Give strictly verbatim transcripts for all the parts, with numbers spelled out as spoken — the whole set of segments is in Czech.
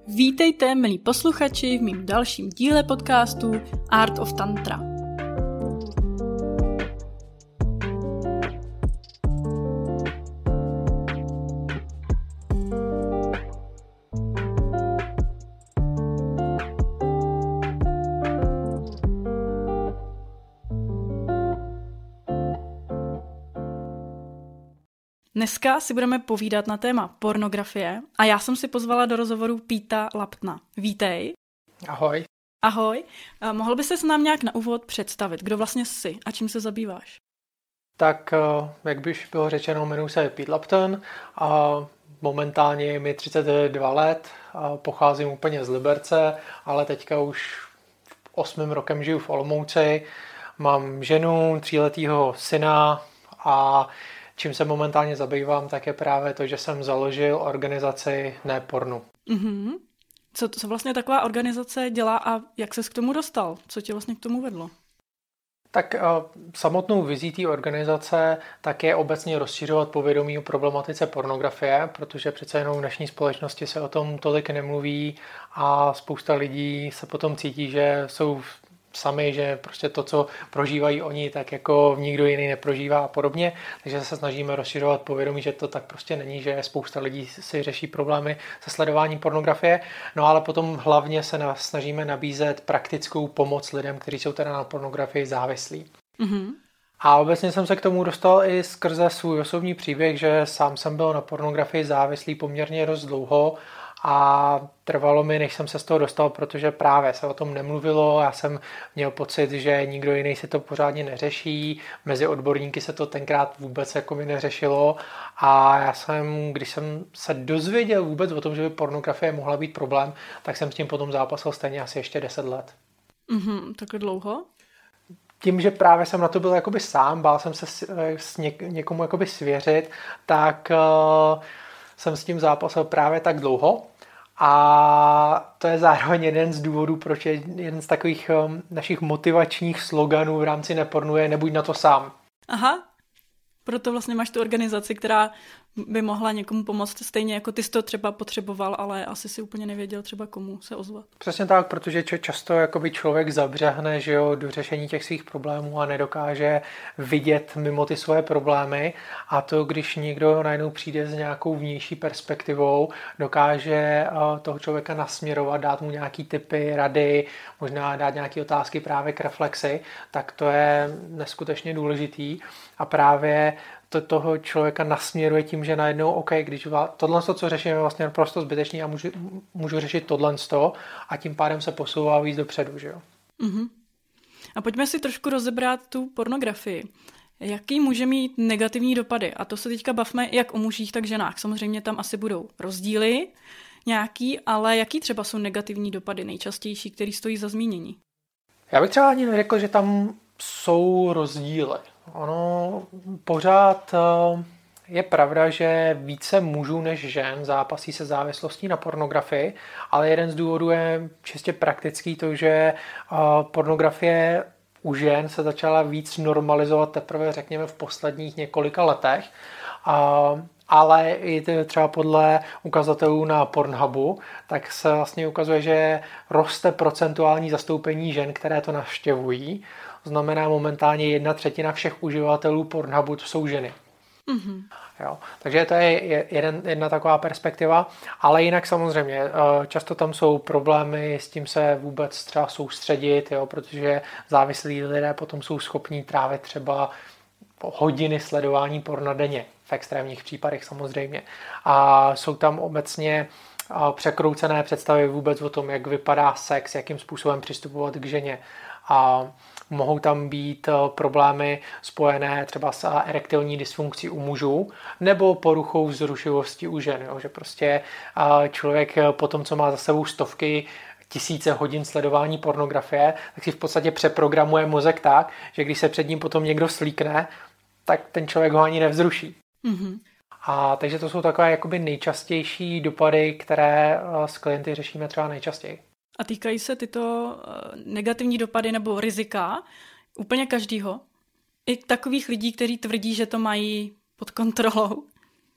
Vítejte, milí posluchači, v mým dalším díle podcastu Art of Tantra. Dneska si budeme povídat na téma pornografie a já jsem si pozvala do rozhovoru Píta Laptna. Vítej. Ahoj. Ahoj. Mohl by ses nám nějak na úvod představit, kdo vlastně jsi a čím se zabýváš? Tak, jak by bylo řečeno, jmenuji se Pete Lapton a momentálně je mi třicet dva let, a pocházím úplně z Liberce, ale teďka už osmým rokem žiju v Olomouci, mám ženu, tříletýho syna a čím se momentálně zabývám, tak je právě to, že jsem založil organizaci Ne pornu. Mm-hmm. Co, co vlastně taková organizace dělá a jak ses k tomu dostal? Co tě vlastně k tomu vedlo? Tak samotnou vizí té organizace tak je obecně rozšiřovat povědomí o problematice pornografie, protože přece jenom v dnešní společnosti se o tom tolik nemluví a spousta lidí se potom cítí, že jsou sami, že prostě to, co prožívají oni, tak jako nikdo jiný neprožívá a podobně. Takže se snažíme rozšiřovat povědomí, že to tak prostě není, že spousta lidí si řeší problémy se sledováním pornografie. No ale potom hlavně se snažíme nabízet praktickou pomoc lidem, kteří jsou teda na pornografii závislí. Mm-hmm. A obecně jsem se k tomu dostal i skrze svůj osobní příběh, že sám jsem byl na pornografii závislý poměrně dost dlouho a trvalo mi, než jsem se z toho dostal, protože právě se o tom nemluvilo. Já jsem měl pocit, že nikdo jiný si to pořádně neřeší. Mezi odborníky se to tenkrát vůbec jako mi neřešilo. A já jsem, když jsem se dozvěděl vůbec o tom, že by pornografie mohla být problém, tak jsem s tím potom zápasil stejně asi ještě deset let. Mhm, takhle dlouho? Tím, že právě jsem na to byl jakoby sám, bál jsem se s něk- někomu jakoby svěřit, tak uh, jsem s tím zápasil právě tak dlouho. A to je zároveň jeden z důvodů, proč je jeden z takových um, našich motivačních sloganů v rámci Nepornu je nebuď na to sám. Aha, proto vlastně máš tu organizaci, která by mohla někomu pomoct stejně jako ty jsi to třeba potřeboval, ale asi si úplně nevěděl třeba komu se ozvat. Přesně tak, protože často jakoby člověk zabřehne, že jo, do řešení těch svých problémů a nedokáže vidět mimo ty svoje problémy a to, když někdo najednou přijde s nějakou vnější perspektivou, dokáže toho člověka nasměrovat, dát mu nějaký tipy, rady, možná dát nějaké otázky právě k reflexi, tak to je neskutečně důležitý a právě to toho člověka nasměruje tím, že najednou, OK, když tohle, co řešíme, je vlastně naprosto zbytečný a můžu, můžu řešit tohle a tím pádem se posouvá víc dopředu, že jo. Uh-huh. A pojďme si trošku rozebrat tu pornografii. Jaký může mít negativní dopady? A to se teďka bavme jak o mužích, tak ženách. Samozřejmě tam asi budou rozdíly nějaký, ale jaký třeba jsou negativní dopady nejčastější, který stojí za zmínění? Já bych třeba ani neřekl, že tam jsou rozdíly. Ono pořád je pravda, že více mužů než žen zápasí se závislostí na pornografii, ale jeden z důvodů je čistě praktický to, že pornografie u žen se začala víc normalizovat teprve, řekněme, v posledních několika letech. Ale i třeba podle ukazatelů na Pornhubu, tak se vlastně ukazuje, že roste procentuální zastoupení žen, které to navštěvují. To znamená momentálně jedna třetina všech uživatelů Pornhubu to jsou ženy. Mm-hmm. Jo, takže to je jeden, jedna taková perspektiva, ale jinak samozřejmě často tam jsou problémy s tím se vůbec třeba soustředit, jo, protože závislí lidé potom jsou schopní trávit třeba hodiny sledování porna denně, v extrémních případech samozřejmě. A jsou tam obecně překroucené představy vůbec o tom, jak vypadá sex, jakým způsobem přistupovat k ženě. A mohou tam být problémy spojené třeba s erektilní dysfunkcí u mužů nebo poruchou vzrušivosti u žen. Jo? Že prostě člověk po tom, co má za sebou stovky tisíce hodin sledování pornografie, tak si v podstatě přeprogramuje mozek tak, že když se před ním potom někdo slíkne, tak ten člověk ho ani nevzruší. Mm-hmm. A takže to jsou takové jakoby nejčastější dopady, které s klienty řešíme třeba nejčastěji. A týkají se tyto negativní dopady nebo rizika úplně každýho? I takových lidí, kteří tvrdí, že to mají pod kontrolou?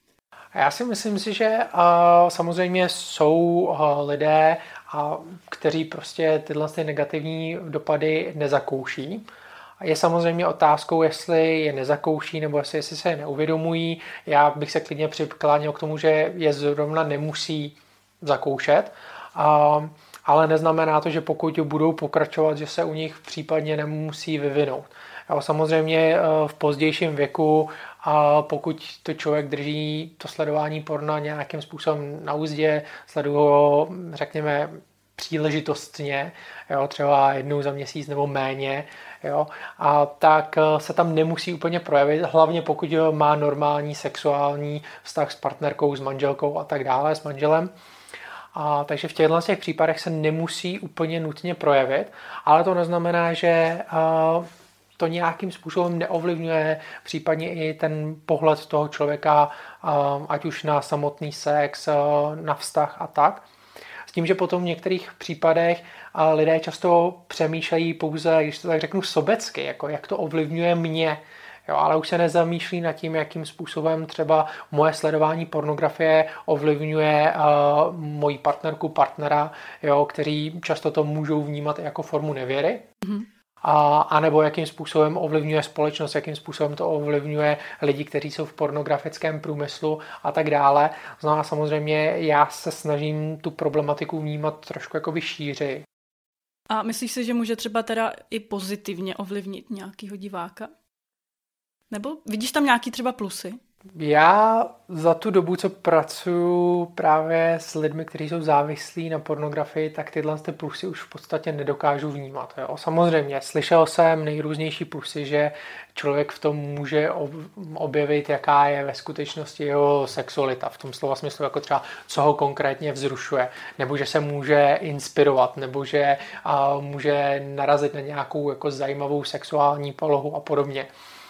A já si myslím si, že uh, samozřejmě jsou uh, lidé, uh, kteří prostě tyhle ty negativní dopady nezakouší. Je samozřejmě otázkou, jestli je nezakouší nebo jestli, jestli se je neuvědomují. Já bych se klidně přikláněl k tomu, že je zrovna nemusí zakoušet, uh, ale neznamená to, že pokud budou pokračovat, že se u nich případně nemusí vyvinout. Jo, samozřejmě v pozdějším věku, a pokud to člověk drží to sledování porna nějakým způsobem na úzdě, sleduje ho, řekněme, příležitostně, jo, třeba jednou za měsíc nebo méně, jo, a tak se tam nemusí úplně projevit, hlavně pokud má normální sexuální vztah s partnerkou, s manželkou a tak dále, s manželem. A, takže v těchto těch případech se nemusí úplně nutně projevit, ale to neznamená, že a, to nějakým způsobem neovlivňuje případně i ten pohled toho člověka, a, ať už na samotný sex, a, na vztah a tak. S tím, že potom v některých případech a, lidé často přemýšlejí pouze, když to tak řeknu, sobecky, jako jak to ovlivňuje mě. Jo, ale už se nezamýšlí nad tím, jakým způsobem třeba moje sledování pornografie ovlivňuje uh, moji partnerku, partnera, jo, kteří často to můžou vnímat jako formu nevěry. Mm-hmm. A, a nebo jakým způsobem ovlivňuje společnost, jakým způsobem to ovlivňuje lidi, kteří jsou v pornografickém průmyslu a tak dále. Znamená samozřejmě, já se snažím tu problematiku vnímat trošku jakoby šířeji. A myslíš si, že může třeba teda i pozitivně ovlivnit nějakýho diváka? Nebo vidíš tam nějaký třeba plusy? Já za tu dobu, co pracuji právě s lidmi, kteří jsou závislí na pornografii, tak tyhle ty plusy už v podstatě nedokážu vnímat. Jo. Samozřejmě, slyšel jsem nejrůznější plusy, že člověk v tom může objevit, jaká je ve skutečnosti jeho sexualita, v tom slova smyslu, jako třeba co ho konkrétně vzrušuje, nebo že se může inspirovat, nebo že a, může narazit na nějakou jako zajímavou sexuální polohu a podobně.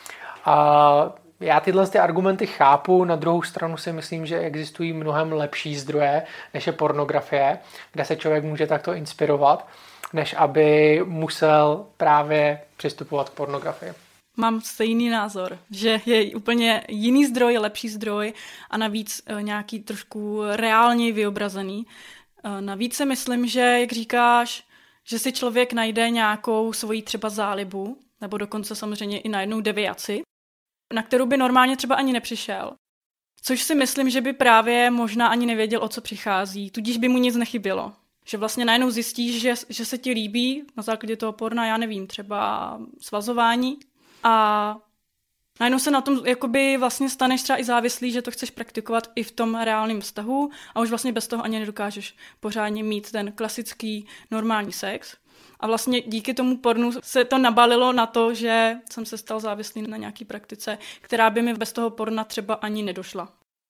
A já tyhle ty argumenty chápu, na druhou stranu si myslím, že existují mnohem lepší zdroje, než je pornografie, kde se člověk může takto inspirovat, než aby musel právě přistupovat k pornografii. Mám stejný názor, že je úplně jiný zdroj, lepší zdroj a navíc nějaký trošku reálně vyobrazený. Navíc si myslím, že, jak říkáš, že si člověk najde nějakou svoji třeba zálibu, nebo dokonce samozřejmě i najednou deviaci, na kterou by normálně třeba ani nepřišel. Což si myslím, že by právě možná ani nevěděl, o co přichází, tudíž by mu nic nechybělo. Že vlastně najednou zjistíš, že, že se ti líbí na základě toho porna, já nevím, třeba svazování a najednou se na tom jakoby vlastně staneš třeba i závislý, že to chceš praktikovat i v tom reálném vztahu a už vlastně bez toho ani nedokážeš pořádně mít ten klasický normální sex. A vlastně díky tomu pornu se to nabalilo na to, že jsem se stal závislý na nějaký praktice, která by mi bez toho porna třeba ani nedošla.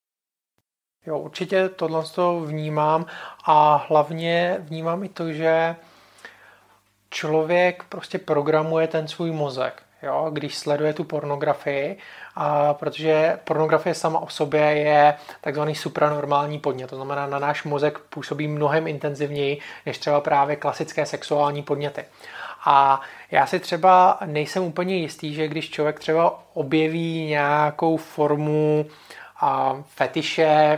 Jo, určitě tohle to vnímám a hlavně vnímám i to, že člověk prostě programuje ten svůj mozek, jo, když sleduje tu pornografii, a protože pornografie sama o sobě je takzvaný supranormální podnět, to znamená, na náš mozek působí mnohem intenzivněji než třeba právě klasické sexuální podněty. A já si třeba nejsem úplně jistý, že když člověk třeba objeví nějakou formu a fetiše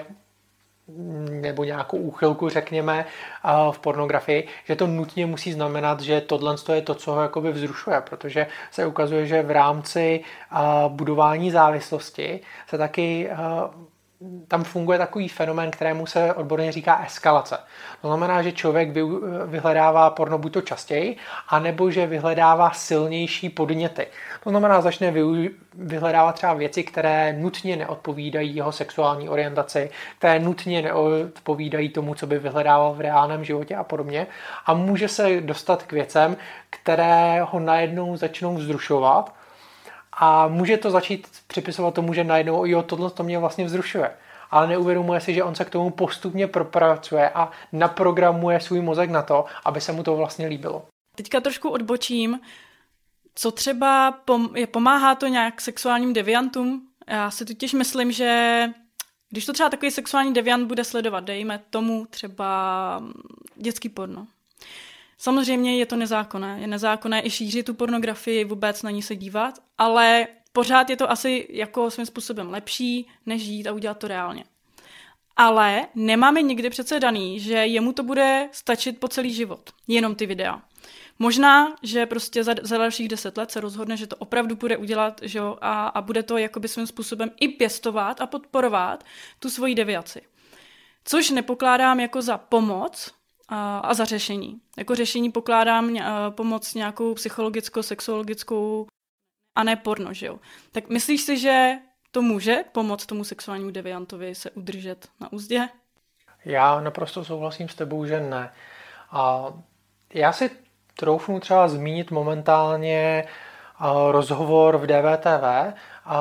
nebo nějakou úchylku, řekněme, v pornografii, že to nutně musí znamenat, že tohle je to, co ho jakoby vzrušuje, protože se ukazuje, že v rámci budování závislosti se taky tam funguje takový fenomén, kterému se odborně říká eskalace. To znamená, že člověk vyhledává porno buď to častěji, anebo že vyhledává silnější podněty. To znamená, začne vyhledávat třeba věci, které nutně neodpovídají jeho sexuální orientaci, které nutně neodpovídají tomu, co by vyhledával v reálném životě a podobně. A může se dostat k věcem, které ho najednou začnou vzrušovat, a může to začít připisovat tomu, že najednou jo, tohle to mě vlastně vzrušuje. Ale neuvědomuje si, že on se k tomu postupně propracuje a naprogramuje svůj mozek na to, aby se mu to vlastně líbilo. Teďka trošku odbočím. Co třeba pom- pomáhá to nějak sexuálním deviantům? Já si totiž myslím, že když to třeba takový sexuální deviant bude sledovat, dejme tomu třeba dětský porno. Samozřejmě je to nezákonné. Je nezákonné i šířit tu pornografii, vůbec na ní se dívat, ale pořád je to asi jako svým způsobem lepší, než žít a udělat to reálně. Ale nemáme nikdy přece daný, že jemu to bude stačit po celý život. Jenom ty videa. Možná, že prostě za, za dalších deset let se rozhodne, že to opravdu bude udělat, že jo, a, a bude to jakoby svým způsobem i pěstovat a podporovat tu svoji deviaci. Což nepokládám jako za pomoc a, a za řešení. Jako řešení pokládám a, pomoc nějakou psychologickou, sexuologickou a ne porno, že jo. Tak myslíš si, že to může pomoct tomu sexuálnímu deviantovi se udržet na uzdě? Já naprosto souhlasím s tebou, že ne. A já si troufnu třeba zmínit momentálně rozhovor v D V T V,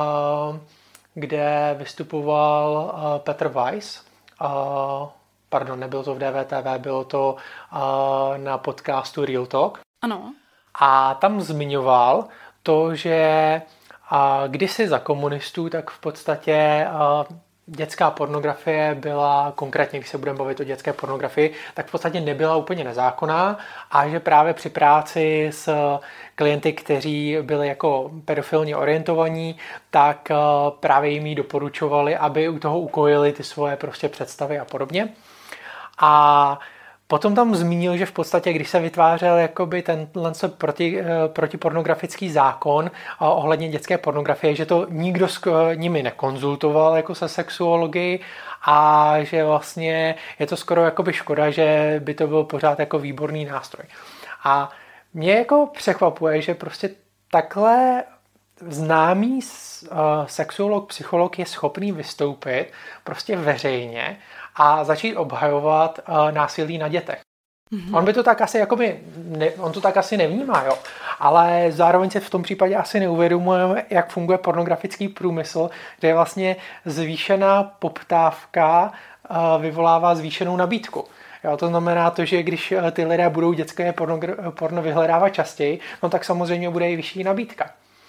kde vystupoval Petr Weiss. Pardon, nebylo to v D V T V, bylo to na podcastu Real Talk. Ano. A tam zmiňoval to, že kdysi za komunistů, tak v podstatě dětská pornografie byla, konkrétně když se budeme bavit o dětské pornografii, tak v podstatě nebyla úplně nezákonná a že právě při práci s klienty, kteří byli jako pedofilně orientovaní, tak právě jim jí doporučovali, aby u toho ukojili ty svoje prostě představy a podobně. A potom tam zmínil, že v podstatě, když se vytvářel jakoby tenhle proti, protipornografický zákon ohledně dětské pornografie, že to nikdo s nimi nekonzultoval jako se sexuology a že vlastně je to skoro jakoby škoda, že by to byl pořád jako výborný nástroj. A mě jako překvapuje, že prostě takhle známý sexuolog, psycholog je schopný vystoupit prostě veřejně a začít obhajovat uh, násilí na dětech. Mm-hmm. On by to tak asi jakoby, ne, on to tak asi nevnímá, jo. Ale zároveň se v tom případě asi neuvědomujeme, jak funguje pornografický průmysl, kde je vlastně zvýšená poptávka uh, vyvolává zvýšenou nabídku. Jo, to znamená to, že když ty lidé budou dětské porno, porno vyhledávat častěji, no tak samozřejmě bude i vyšší nabídka.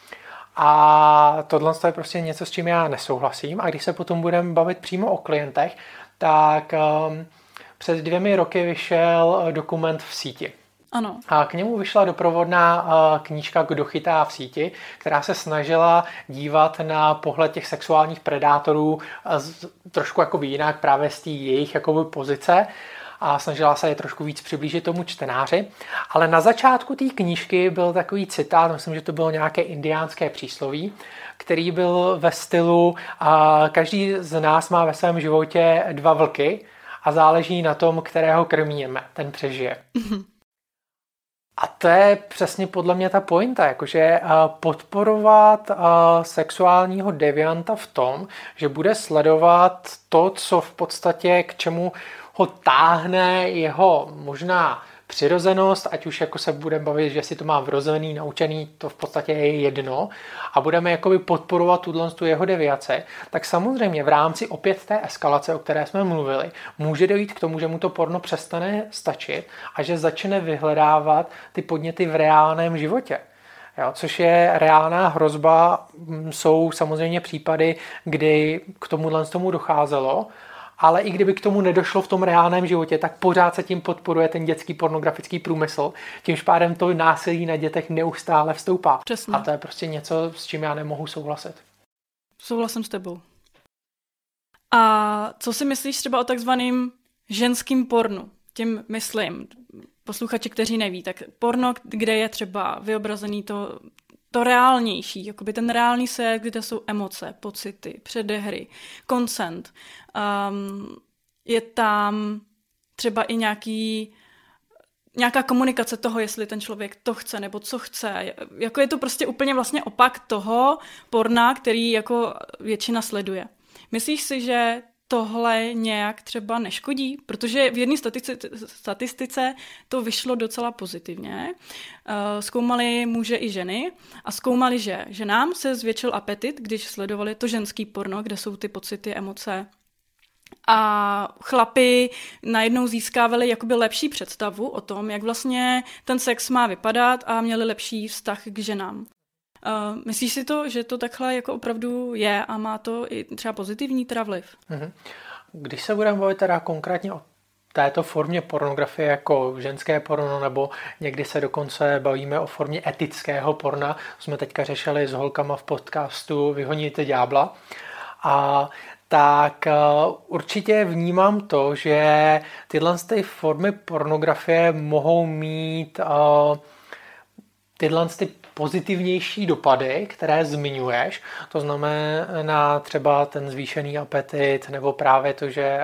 A tohle je prostě něco, s čím já nesouhlasím. A když se potom budeme bavit přímo o klientech, tak um, před dvěmi roky vyšel dokument V síti. Ano. A k němu vyšla doprovodná uh, knížka Kdo chytá v síti, která se snažila dívat na pohled těch sexuálních predátorů uh, z, trošku jako jinak právě z té jejich jakoby pozice a snažila se je trošku víc přiblížit tomu čtenáři. Ale na začátku té knížky byl takový citát, myslím, že to bylo nějaké indiánské přísloví, který byl ve stylu a každý z nás má ve svém životě dva vlky a záleží na tom, kterého krmíme, ten přežije. A to je přesně podle mě ta pointa, jakože podporovat sexuálního devianta v tom, že bude sledovat to, co v podstatě k čemu ho táhne jeho možná přirozenost, ať už jako se budeme bavit, že si to má vrozený, naučený, to v podstatě je jedno a budeme jakoby podporovat tuhle tu jeho deviaci, tak samozřejmě v rámci opět té eskalace, o které jsme mluvili, může dojít k tomu, že mu to porno přestane stačit a že začne vyhledávat ty podněty v reálném životě. Jo, což je reálná hrozba, jsou samozřejmě případy, kdy k tomuhle tomu docházelo, ale i kdyby k tomu nedošlo v tom reálném životě, tak pořád se tím podporuje ten dětský pornografický průmysl. Tím pádem to násilí na dětech neustále vstoupá. Přesně. A to je prostě něco, s čím já nemohu souhlasit. Souhlasím s tebou. A co si myslíš třeba o takzvaným ženským pornu? Tím myslím, posluchači, kteří neví, tak porno, kde je třeba vyobrazený to, to reálnější, jakoby ten reálný sex, kde jsou emoce, pocity, předehry, consent. Um, je tam třeba i nějaký, nějaká komunikace toho, jestli ten člověk to chce nebo co chce. Jako je to prostě úplně vlastně opak toho porna, který jako většina sleduje. Myslíš si, že tohle nějak třeba neškodí? Protože v jedné statistice to vyšlo docela pozitivně. Zkoumali muže i ženy a zkoumali, že ženám se zvětšil apetit, když sledovali to ženský porno, kde jsou ty pocity, emoce. A chlapi najednou získávali jakoby lepší představu o tom, jak vlastně ten sex má vypadat a měli lepší vztah k ženám. Uh, myslíš si to, že to takhle jako opravdu je a má to i třeba pozitivní teda vliv? Když se budeme bavit teda konkrétně o této formě pornografie jako ženské porno, nebo někdy se dokonce bavíme o formě etického porna, jsme teďka řešili s holkama v podcastu Vyhoníte ďábla, a tak určitě vnímám to, že tyhle ty formy pornografie mohou mít tyhle ty pozitivnější dopady, které zmiňuješ. To znamená třeba ten zvýšený apetit nebo právě to, že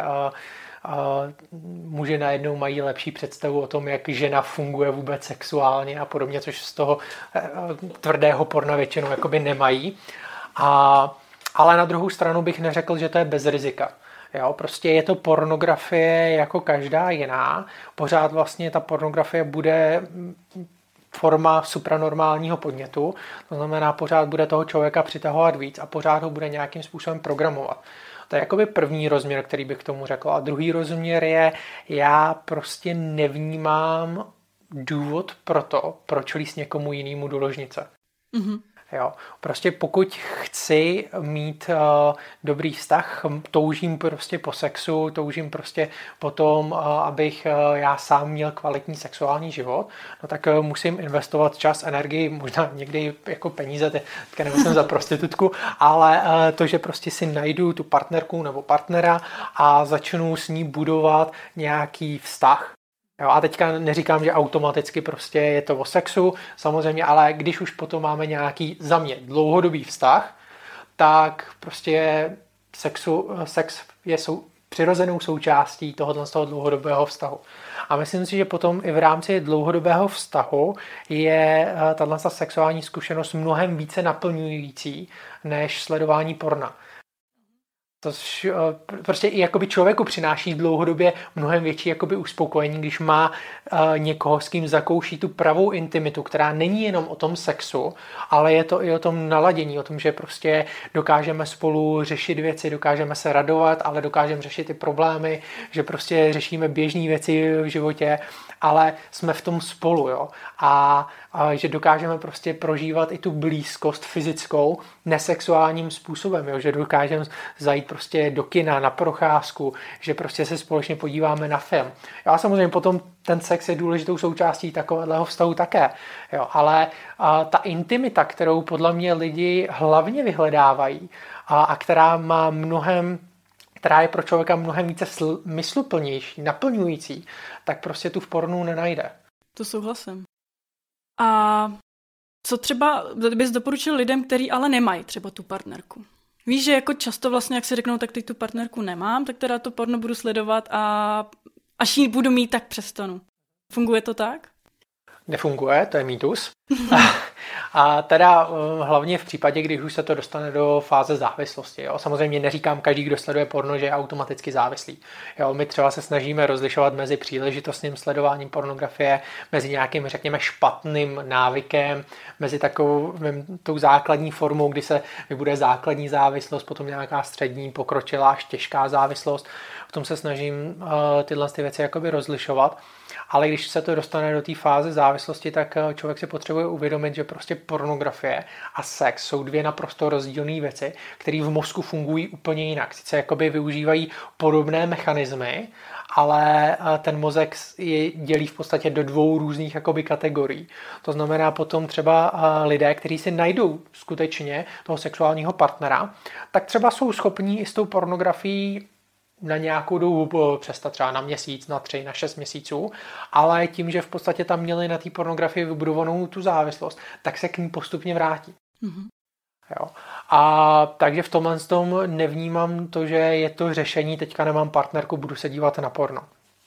muži najednou mají lepší představu o tom, jak žena funguje vůbec sexuálně a podobně, což z toho tvrdého porna většinou jakoby nemají. A, ale na druhou stranu bych neřekl, že to je bez rizika. Jo, prostě je to pornografie jako každá jiná. Pořád vlastně ta pornografie bude forma supranormálního podnětu, to znamená pořád bude toho člověka přitahovat víc a pořád ho bude nějakým způsobem programovat. To je jakoby první rozměr, který bych k tomu řekl. A druhý rozměr je, já prostě nevnímám důvod pro to, proč líst někomu jinému do ložnice. Mm-hmm. Jo, prostě pokud chci mít uh, dobrý vztah, toužím prostě po sexu, toužím prostě po tom, uh, abych uh, já sám měl kvalitní sexuální život, no tak uh, musím investovat čas, energii, možná někdy jako peníze, teďka nemyslím za prostitutku, ale uh, to, že prostě si najdu tu partnerku nebo partnera a začnu s ní budovat nějaký vztah. Jo, a teďka neříkám, že automaticky prostě je to o sexu, samozřejmě, ale když už potom máme nějaký za mě dlouhodobý vztah, tak prostě sexu, sex je sou, přirozenou součástí tohoto z toho dlouhodobého vztahu. A myslím si, že potom i v rámci dlouhodobého vztahu je tato sexuální zkušenost mnohem více naplňující než sledování porna. To prostě i jakoby člověku přináší dlouhodobě mnohem větší jakoby uspokojení, když má uh, někoho, s kým zakouší tu pravou intimitu, která není jenom o tom sexu, ale je to i o tom naladění, o tom, že prostě dokážeme spolu řešit věci, dokážeme se radovat, ale dokážeme řešit i problémy, že prostě řešíme běžné věci v životě, ale jsme v tom spolu, jo. A, a že dokážeme prostě prožívat i tu blízkost fyzickou nesexuálním způsobem, jo, že dokážeme zajít prostě do kina, na procházku, že prostě se společně podíváme na film. Jo, a samozřejmě potom ten sex je důležitou součástí takového vztahu také, jo, ale a, ta intimita, kterou podle mě lidi hlavně vyhledávají a, a která má mnohem která je pro člověka mnohem více smysluplnější, naplňující, tak prostě tu v pornu nenajde. To souhlasím. A co třeba bys doporučil lidem, kteří ale nemají třeba tu partnerku? Víš, že jako často vlastně, jak si řeknou, tak teď tu partnerku nemám, tak teda to porno budu sledovat a až ji budu mít, tak přestanu. Funguje to tak? Nefunguje, to je mýtus. A teda hlavně v případě, když už se to dostane do fáze závislosti. Jo. Samozřejmě neříkám každý, kdo sleduje porno, že je automaticky závislý. Jo, my třeba se snažíme rozlišovat mezi příležitostným sledováním pornografie, mezi nějakým, řekněme, špatným návykem, mezi takovou tou základní formou, kdy se vybude základní závislost, potom nějaká střední, pokročilá až těžká závislost. V tom se snažím uh, tyhle ty věci jakoby rozlišovat. Ale když se to dostane do té fáze závislosti, tak člověk si potřebuje uvědomit, že prostě pornografie a sex jsou dvě naprosto rozdílné věci, které v mozku fungují úplně jinak. Sice jakoby využívají podobné mechanismy, ale ten mozek je dělí v podstatě do dvou různých jakoby kategorií. To znamená potom třeba lidé, kteří si najdou skutečně toho sexuálního partnera, tak třeba jsou schopní i s tou pornografií na nějakou dobu přestat, třeba na měsíc, na tři, na šest měsíců, ale tím, že v podstatě tam měli na té pornografii vybudovanou tu závislost, tak se k ní postupně vrátí. Mm-hmm. Jo. A takže v tomhle tom nevnímám to, že je to řešení, teďka nemám partnerku, budu se dívat na porno.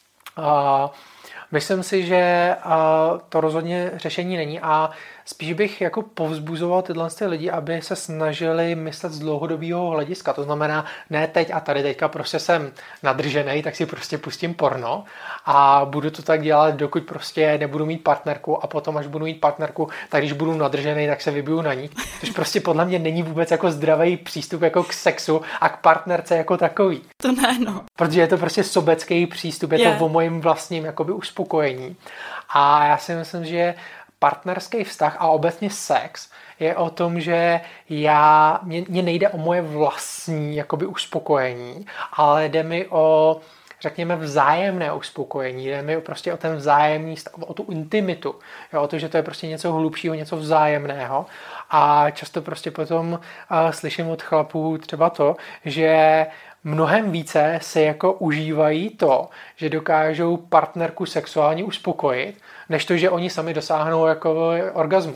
A myslím si, že to rozhodně řešení není a spíš bych jako povzbuzoval tyhle lidi, aby se snažili myslet z dlouhodobého hlediska. To znamená, ne teď a tady teďka prostě jsem nadržený, tak si prostě pustím porno a budu to tak dělat, dokud prostě nebudu mít partnerku a potom, až budu mít partnerku, tak když budu nadržený, tak se vybiju na ní. Což prostě podle mě není vůbec jako zdravý přístup jako k sexu a k partnerce jako takový. To ne, no. Protože je to prostě sobecký přístup, je yeah. to o mojím vlastním jakoby uspokojení. A já si myslím, že partnerský vztah a obecně sex je o tom, že já, mě, mě nejde o moje vlastní jakoby uspokojení, ale jde mi o, řekněme, vzájemné uspokojení, jde mi prostě o ten vzájemný stav, o tu intimitu, jo, o to, že to je prostě něco hlubšího, něco vzájemného a často prostě potom uh, slyším od chlapů třeba to, že mnohem více si jako užívají to, že dokážou partnerku sexuálně uspokojit, než to, že oni sami dosáhnou jako orgazmu.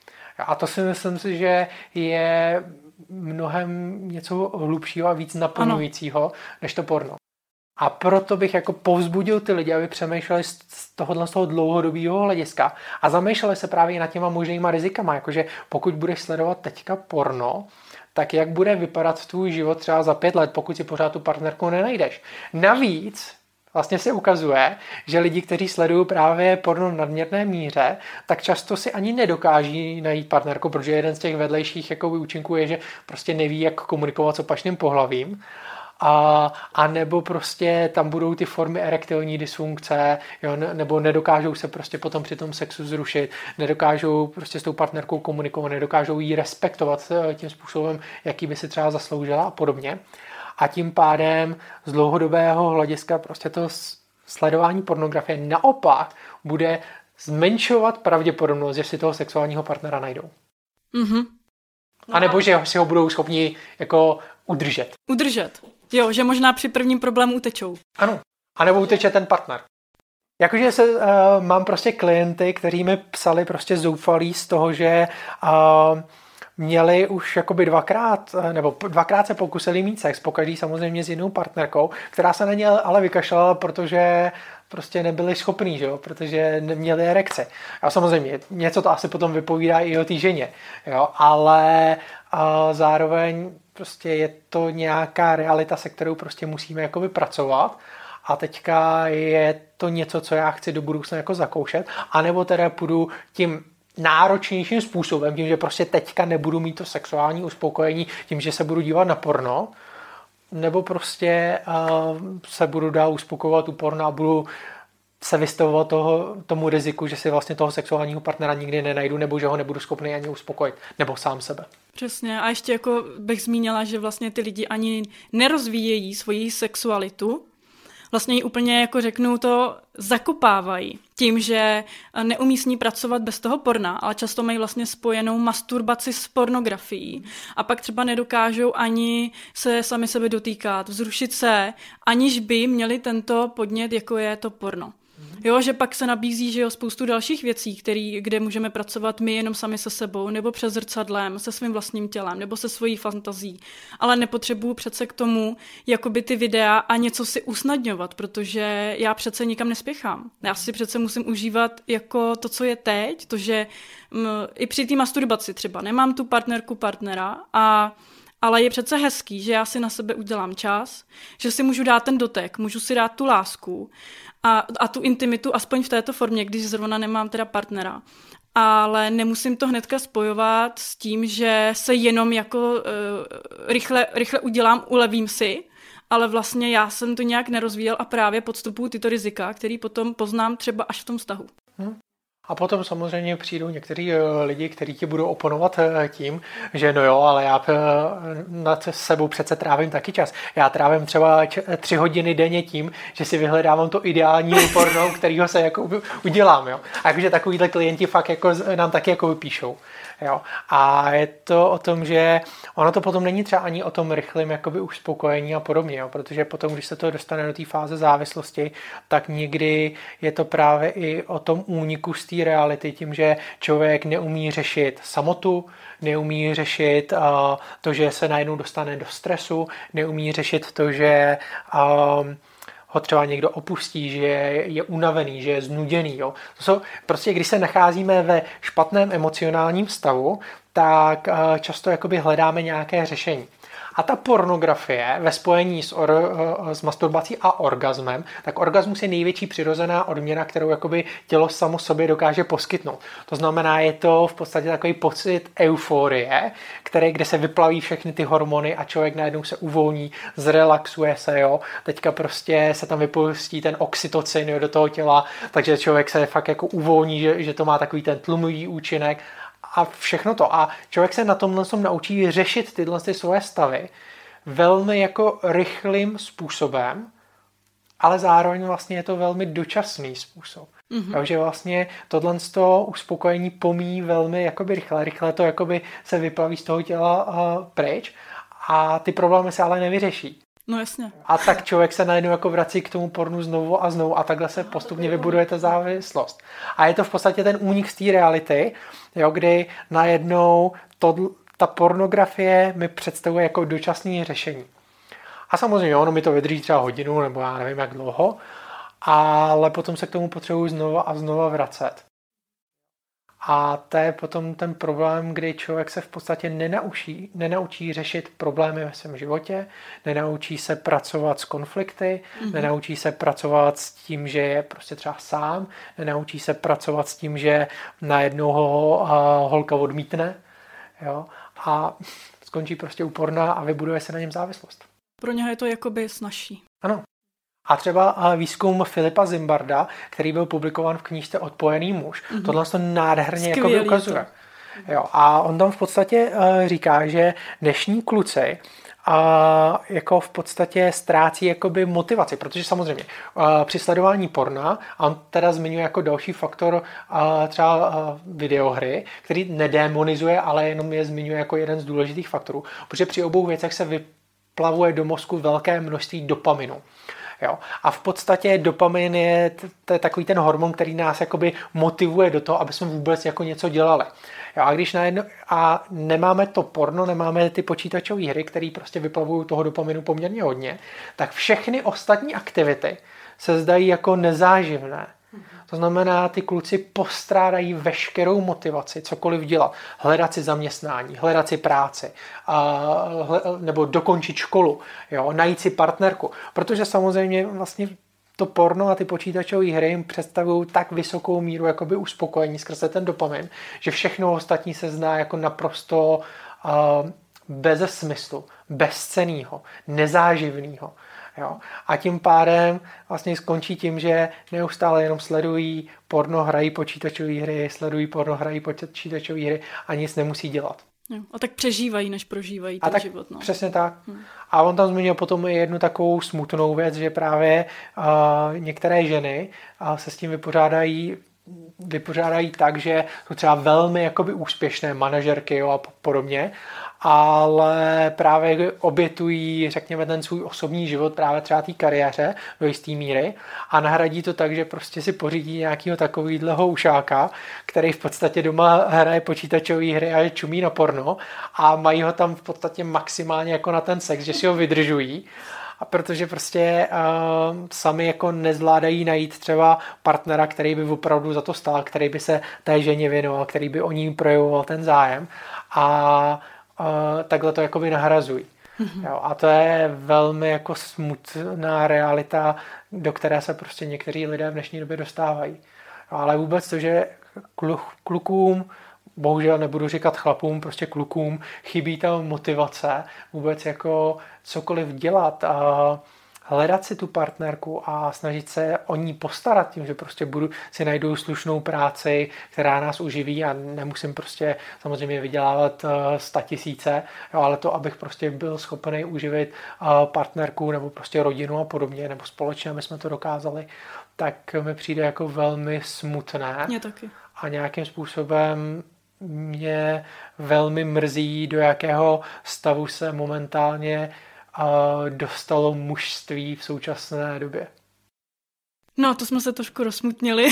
A to si myslím si, že je mnohem něco hlubšího a víc naplňujícího, ano, než to porno. A proto bych jako povzbudil ty lidi, aby přemýšleli z tohohle z toho dlouhodobého hlediska a zamýšleli se právě nad těma možnýma rizikama, jakože pokud budeš sledovat teďka porno, tak jak bude vypadat tvůj život třeba za pět let, pokud si pořád tu partnerku nenajdeš. Navíc vlastně se ukazuje, že lidi, kteří sledují právě porno v nadměrné míře, tak často si ani nedokáží najít partnerku, protože jeden z těch vedlejších jako účinků je, že prostě neví, jak komunikovat s opačným pohlavím. A, a nebo prostě tam budou ty formy erektilní dysfunkce, jo, nebo nedokážou se prostě potom při tom sexu zrušit, nedokážou prostě s tou partnerkou komunikovat, nedokážou jí respektovat tím způsobem, jaký by si třeba zasloužila a podobně. A tím pádem z dlouhodobého hlediska prostě to sledování pornografie naopak bude zmenšovat pravděpodobnost, že si toho sexuálního partnera najdou. Mhm. A nebo že si ho budou schopni jako udržet. Udržet. Jo, že možná při prvním problému utečou. Ano. A nebo uteče ten partner. Jakože se, uh, mám prostě klienty, kteří mi psali prostě zoufalí z toho, že uh, měli už jakoby dvakrát, nebo dvakrát se pokusili mít sex, pokaždý samozřejmě s jinou partnerkou, která se na ně ale vykašlala, protože prostě nebyli schopní, že jo? Protože neměli erekci. A samozřejmě něco to asi potom vypovídá i o té ženě, jo? Ale a zároveň prostě je to nějaká realita, se kterou prostě musíme jakoby pracovat. A teďka je to něco, co já chci do budoucna jako zakoušet, anebo teda půjdu tím náročnějším způsobem, tím, že prostě teďka nebudu mít to sexuální uspokojení, tím, že se budu dívat na porno, nebo prostě uh, se budu dál uspokojovat u porna a budu se vystavovat toho, tomu riziku, že si vlastně toho sexuálního partnera nikdy nenajdu, nebo že ho nebudu schopný ani uspokojit, nebo sám sebe. Přesně. A ještě jako bych zmínila, že vlastně ty lidi ani nerozvíjejí svoji sexualitu, vlastně ji úplně, jako řeknu, to zakopávají tím, že neumí s ní pracovat bez toho porna, ale často mají vlastně spojenou masturbaci s pornografií a pak třeba nedokážou ani se sami sebe dotýkat, vzrušit se, aniž by měli tento podnět, jako je to porno. Jo, že pak se nabízí, že jo, spoustu dalších věcí, který, kde můžeme pracovat my jenom sami se sebou, nebo přes zrcadlem, se svým vlastním tělem, nebo se svojí fantazí. Ale nepotřebuju přece k tomu jakoby ty videa a něco si usnadňovat, protože já přece nikam nespěchám. Já si přece musím užívat jako to, co je teď, to, že m, i při té masturbaci třeba nemám tu partnerku partnera a ale je přece hezký, že já si na sebe udělám čas, že si můžu dát ten dotek, můžu si dát tu lásku a, a tu intimitu, aspoň v této formě, když zrovna nemám teda partnera. Ale nemusím to hnedka spojovat s tím, že se jenom jako uh, rychle, rychle udělám, ulevím si, ale vlastně já jsem to nějak nerozvíjel a právě podstupuju tyto rizika, který potom poznám třeba až v tom vztahu. Hmm. A potom samozřejmě přijdou někteří lidi, kteří ti budou oponovat tím, že no jo, ale já nad sebou přece trávím taky čas. Já trávím třeba tři hodiny denně tím, že si vyhledávám to ideální porno, kterýho se jako udělám, jo. A jakože takovýhle klienti fakt jako nám taky jako vypíšou. Jo. A je to o tom, že ono to potom není třeba ani o tom rychlém jakoby uspokojení a podobně, jo. Protože potom, když se to dostane do té fáze závislosti, tak někdy je to právě i o tom úniku z té reality, tím, že člověk neumí řešit samotu, neumí řešit uh, to, že se najednou dostane do stresu, neumí řešit to, že um, ho třeba někdo opustí, že je unavený, že je znuděný. Jo. To jsou, prostě když se nacházíme ve špatném emocionálním stavu, tak uh, často jakoby hledáme nějaké řešení. A ta pornografie ve spojení s, or, s masturbací a orgazmem, tak orgasmus je největší přirozená odměna, kterou jakoby tělo samo sobě dokáže poskytnout. To znamená, je to v podstatě takový pocit euforie, který, kde se vyplaví všechny ty hormony a člověk najednou se uvolní, zrelaxuje se, jo. Teďka prostě se tam vypustí ten oxytocin, jo, do toho těla, takže člověk se fakt jako uvolní, že, že to má takový ten tlumivý účinek. A všechno to. A člověk se na tomhle naučí řešit tyhle ty svoje stavy velmi jako rychlým způsobem, ale zároveň vlastně je to velmi dočasný způsob. Mm-hmm. Takže vlastně tohle uspokojení pomíjí velmi jakoby rychle. Rychle to jakoby se vyplaví z toho těla uh, pryč a ty problémy se ale nevyřeší. No jasně. A tak člověk se najednou jako vrací k tomu pornu znovu a znovu a takhle se postupně vybuduje ta závislost. A je to v podstatě ten únik z té reality, jo, kdy najednou to, ta pornografie mi představuje jako dočasné řešení. A samozřejmě ono mi to vydrží třeba hodinu nebo já nevím jak dlouho, ale potom se k tomu potřebuji znova a znova vracet. A to je potom ten problém, kdy člověk se v podstatě nenaučí, nenaučí řešit problémy ve svém životě, nenaučí se pracovat s konflikty, mm-hmm. nenaučí se pracovat s tím, že je prostě třeba sám, nenaučí se pracovat s tím, že najednou ho uh, holka odmítne, jo, a skončí prostě úporná a vybuduje se na něm závislost. Pro něho je to jakoby snazší. Ano. A třeba výzkum Filipa Zimbarda, který byl publikován v knížce Odpojený muž, mm-hmm. tohle to nádherně jakoby ukazuje. Jo, a on tam v podstatě uh, říká, že dnešní kluci a uh, jako v podstatě ztrácí jakoby motivaci, protože samozřejmě uh, při sledování porna, a on teda zmiňuje jako další faktor uh, třeba uh, videohry, který nedemonizuje, ale jenom je zmiňuje jako jeden z důležitých faktorů, protože při obou věcech se vyplavuje do mozku velké množství dopaminu. Jo. A v podstatě dopamin je t- t- takový ten hormon, který nás jakoby motivuje do toho, aby jsme vůbec jako něco dělali. Jo. A když najednou, a nemáme to porno, nemáme ty počítačové hry, které prostě vyplavují toho dopaminu poměrně hodně, tak všechny ostatní aktivity se zdají jako nezáživné. To znamená, ty kluci postrádají veškerou motivaci, cokoliv dělat. Hledat si zaměstnání, hledat si práci, nebo dokončit školu, jo, najít si partnerku. Protože samozřejmě vlastně to porno a ty počítačové hry jim představují tak vysokou míru jakoby uspokojení skrze ten dopamin, že všechno ostatní se zná jako naprosto uh, bez smyslu, bezcennýho, nezáživného. Jo. A tím pádem vlastně skončí tím, že neustále jenom sledují porno, hrají počítačové hry, sledují porno, hrají počítačové hry a nic nemusí dělat. Jo. A tak přežívají, než prožívají ten a tak život. No. Přesně tak. Hmm. A on tam zmínil potom i jednu takovou smutnou věc, že právě uh, některé ženy uh, se s tím vypořádají vypořádají tak, že jsou třeba velmi jakoby úspěšné manažerky, jo, a podobně, ale právě obětují, řekněme, ten svůj osobní život právě třeba té kariéře do jisté míry a nahradí to tak, že prostě si pořídí nějakého takovýhleho ušáka, který v podstatě doma hraje počítačové hry a čumí na porno a mají ho tam v podstatě maximálně jako na ten sex, že si ho vydržují. A protože prostě uh, sami jako nezvládají najít třeba partnera, který by opravdu za to stál, který by se té ženě věnoval, který by o ní projevoval ten zájem a uh, takhle to jakoby nahrazují. Mm-hmm. Jo, a to je velmi jako smutná realita, do které se prostě někteří lidé v dnešní době dostávají. Jo, ale vůbec to, že klu, klukům, bohužel nebudu říkat chlapům, prostě klukům chybí ta motivace vůbec jako cokoliv dělat a hledat si tu partnerku a snažit se o ní postarat tím, že prostě budu si najdu slušnou práci, která nás uživí a nemusím prostě samozřejmě vydělávat statisíce, jo, ale to, abych prostě byl schopný uživit partnerku nebo prostě rodinu a podobně, nebo společně, aby jsme to dokázali, tak mi přijde jako velmi smutné. Mě taky. A nějakým způsobem mě velmi mrzí, do jakého stavu se momentálně uh, dostalo mužství v současné době. No, to jsme se trošku rozsmutnili.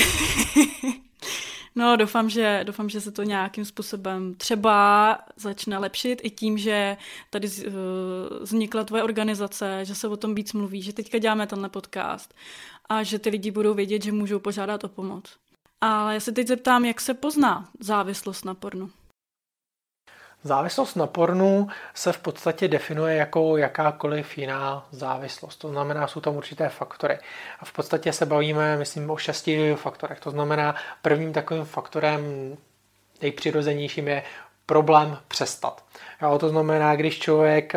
No, doufám, že, doufám, že se to nějakým způsobem třeba začne lepšit i tím, že tady uh, vznikla tvoje organizace, že se o tom víc mluví, že teďka děláme tenhle podcast a že ty lidi budou vědět, že můžou požádat o pomoc. Ale já se teď zeptám, jak se pozná závislost na pornu? Závislost na pornu se v podstatě definuje jako jakákoliv jiná závislost. To znamená, jsou tam určité faktory. A v podstatě se bavíme, myslím, o šesti faktorech. To znamená, prvním takovým faktorem nejpřirozenějším je problém přestat. Jo, to znamená, když člověk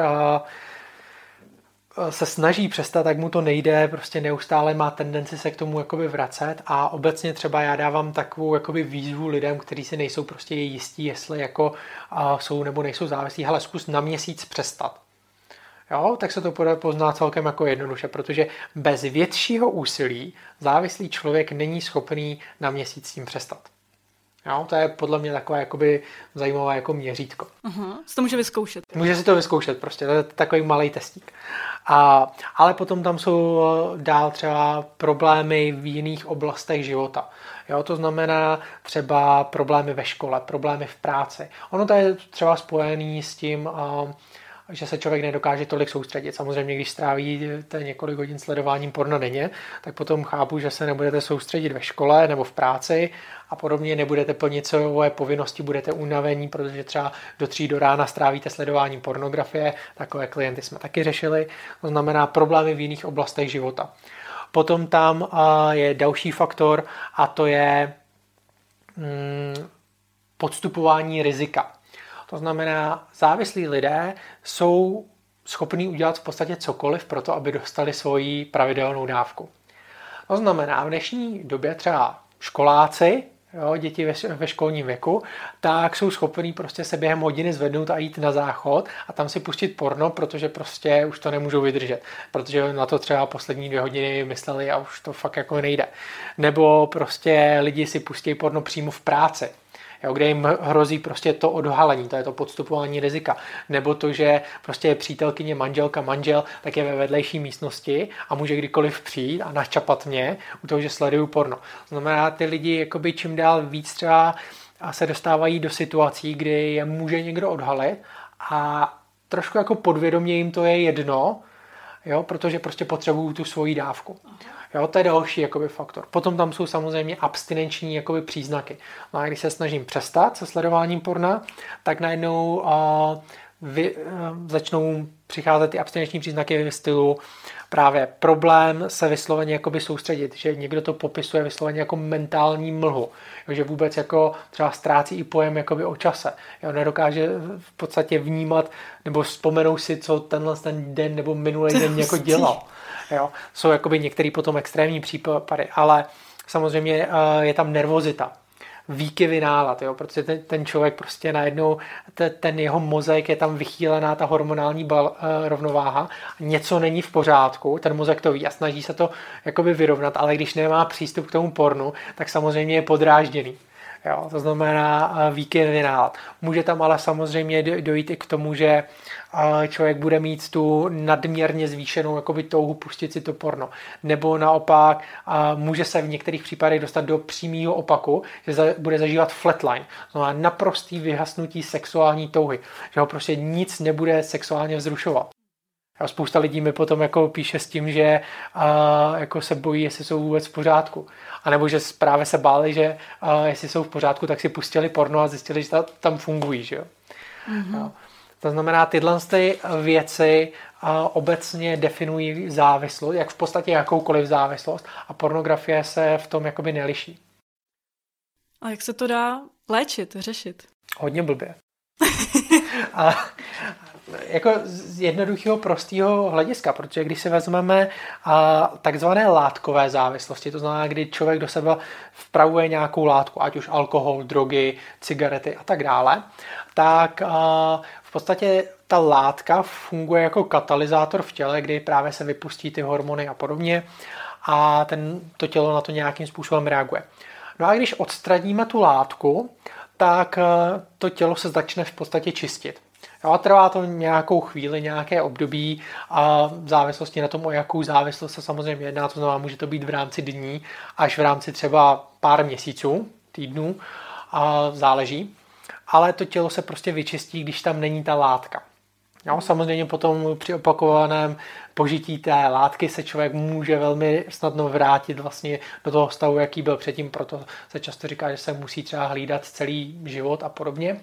se snaží přestat, tak mu to nejde, prostě neustále má tendenci se k tomu jakoby vracet a obecně třeba já dávám takovou jakoby výzvu lidem, kteří si nejsou prostě jistí, jestli jako uh, jsou nebo nejsou závislí, hele, zkus na měsíc přestat. Jo, tak se to pozná celkem jako jednoduše, protože bez většího úsilí závislý člověk není schopný na měsíc tím přestat. Jo, to je podle mě takové jakoby zajímavé jako měřítko. Uh-huh. To může vyzkoušet. Může si to vyzkoušet prostě, to je takový malý testík. A, ale potom tam jsou dál třeba problémy v jiných oblastech života. Jo, to znamená třeba problémy ve škole, problémy v práci. Ono to je třeba spojený s tím, že se člověk nedokáže tolik soustředit. Samozřejmě, když strávíte několik hodin sledováním porna denně, tak potom chápu, že se nebudete soustředit ve škole nebo v práci a podobně, nebudete plnit své povinnosti, budete unavení, protože třeba do tří do rána strávíte sledováním pornografie. Takové klienty jsme taky řešili. To znamená problémy v jiných oblastech života. Potom tam je další faktor a to je mm, podstupování rizika. To znamená, závislí lidé jsou schopní udělat v podstatě cokoliv pro to, aby dostali svoji pravidelnou dávku. To znamená, v dnešní době třeba školáci, jo, děti ve, ve školním věku, tak jsou schopní prostě se během hodiny zvednout a jít na záchod a tam si pustit porno, protože prostě už to nemůžou vydržet. Protože na to třeba poslední dvě hodiny mysleli a už to fakt jako nejde. Nebo prostě lidi si pustí porno přímo v práci. Jo, kde jim hrozí prostě to odhalení, to je to podstupování rizika. Nebo to, že prostě je přítelkyně, manželka, manžel, tak je ve vedlejší místnosti a může kdykoliv přijít a načapat mě u toho, že sleduju porno. To znamená, ty lidi jakoby čím dál víc třeba se dostávají do situací, kdy je může někdo odhalit a trošku jako podvědomě jim to je jedno, jo, protože prostě potřebují tu svoji dávku. Jo, to je další jakoby, faktor. Potom tam jsou samozřejmě abstinenční jakoby, příznaky. No a když se snažím přestat se sledováním porna, tak najednou uh, vy, uh, začnou přicházet ty abstinenční příznaky ve stylu právě problém se vysloveně jakoby, soustředit, že někdo to popisuje vysloveně jako mentální mlhu, jo, že vůbec jako třeba ztrácí i pojem jakoby, o čase. Jo, nedokáže v podstatě vnímat nebo vzpomenou si, co tenhle ten den nebo minulý den jako dělal. Jo, jsou jakoby některé potom extrémní případy, ale samozřejmě je tam nervozita, výkyvy nálad, jo, protože ten, ten člověk prostě najednou, ten, ten jeho mozek je tam vychýlená ta hormonální bal, rovnováha, něco není v pořádku, ten mozek to ví a snaží se to jakoby vyrovnat, ale když nemá přístup k tomu pornu, tak samozřejmě je podrážděný. Jo, to znamená výkyvy nálad. Může tam ale samozřejmě dojít i k tomu, že člověk bude mít tu nadměrně zvýšenou jakoby touhu pustit si to porno. Nebo naopak může se v některých případech dostat do přímého opaku, že bude zažívat flatline. To znamená naprostý vyhasnutí sexuální touhy. Že ho prostě nic nebude sexuálně vzrušovat. A spousta lidí mi potom jako píše s tím, že uh, jako se bojí, jestli jsou vůbec v pořádku. A nebo že právě se báli, že uh, jestli jsou v pořádku, tak si pustili porno a zjistili, že ta, tam fungují. Že jo? Mm-hmm. Jo. To znamená, tyhle ty věci uh, obecně definují závislost, jak v podstatě jakoukoliv závislost a pornografie se v tom jakoby neliší. A jak se to dá léčit, řešit? Hodně blbě. a, jako z jednoduchého, prostého hlediska, protože když si vezmeme a, takzvané látkové závislosti, to znamená, kdy člověk do sebe vpravuje nějakou látku, ať už alkohol, drogy, cigarety a tak dále, tak a, v podstatě ta látka funguje jako katalyzátor v těle, kdy právě se vypustí ty hormony a podobně a ten, to tělo na to nějakým způsobem reaguje. No a když odstraníme tu látku, tak to tělo se začne v podstatě čistit. Jo, a trvá to nějakou chvíli, nějaké období a v závislosti na tom, o jakou závislost se samozřejmě jedná, to znamená, může to být v rámci dní až v rámci třeba pár měsíců, týdnů, a záleží. Ale to tělo se prostě vyčistí, když tam není ta látka. Jo, samozřejmě potom při opakovaném požití té látky se člověk může velmi snadno vrátit vlastně do toho stavu, jaký byl předtím, proto se často říká, že se musí třeba hlídat celý život a podobně.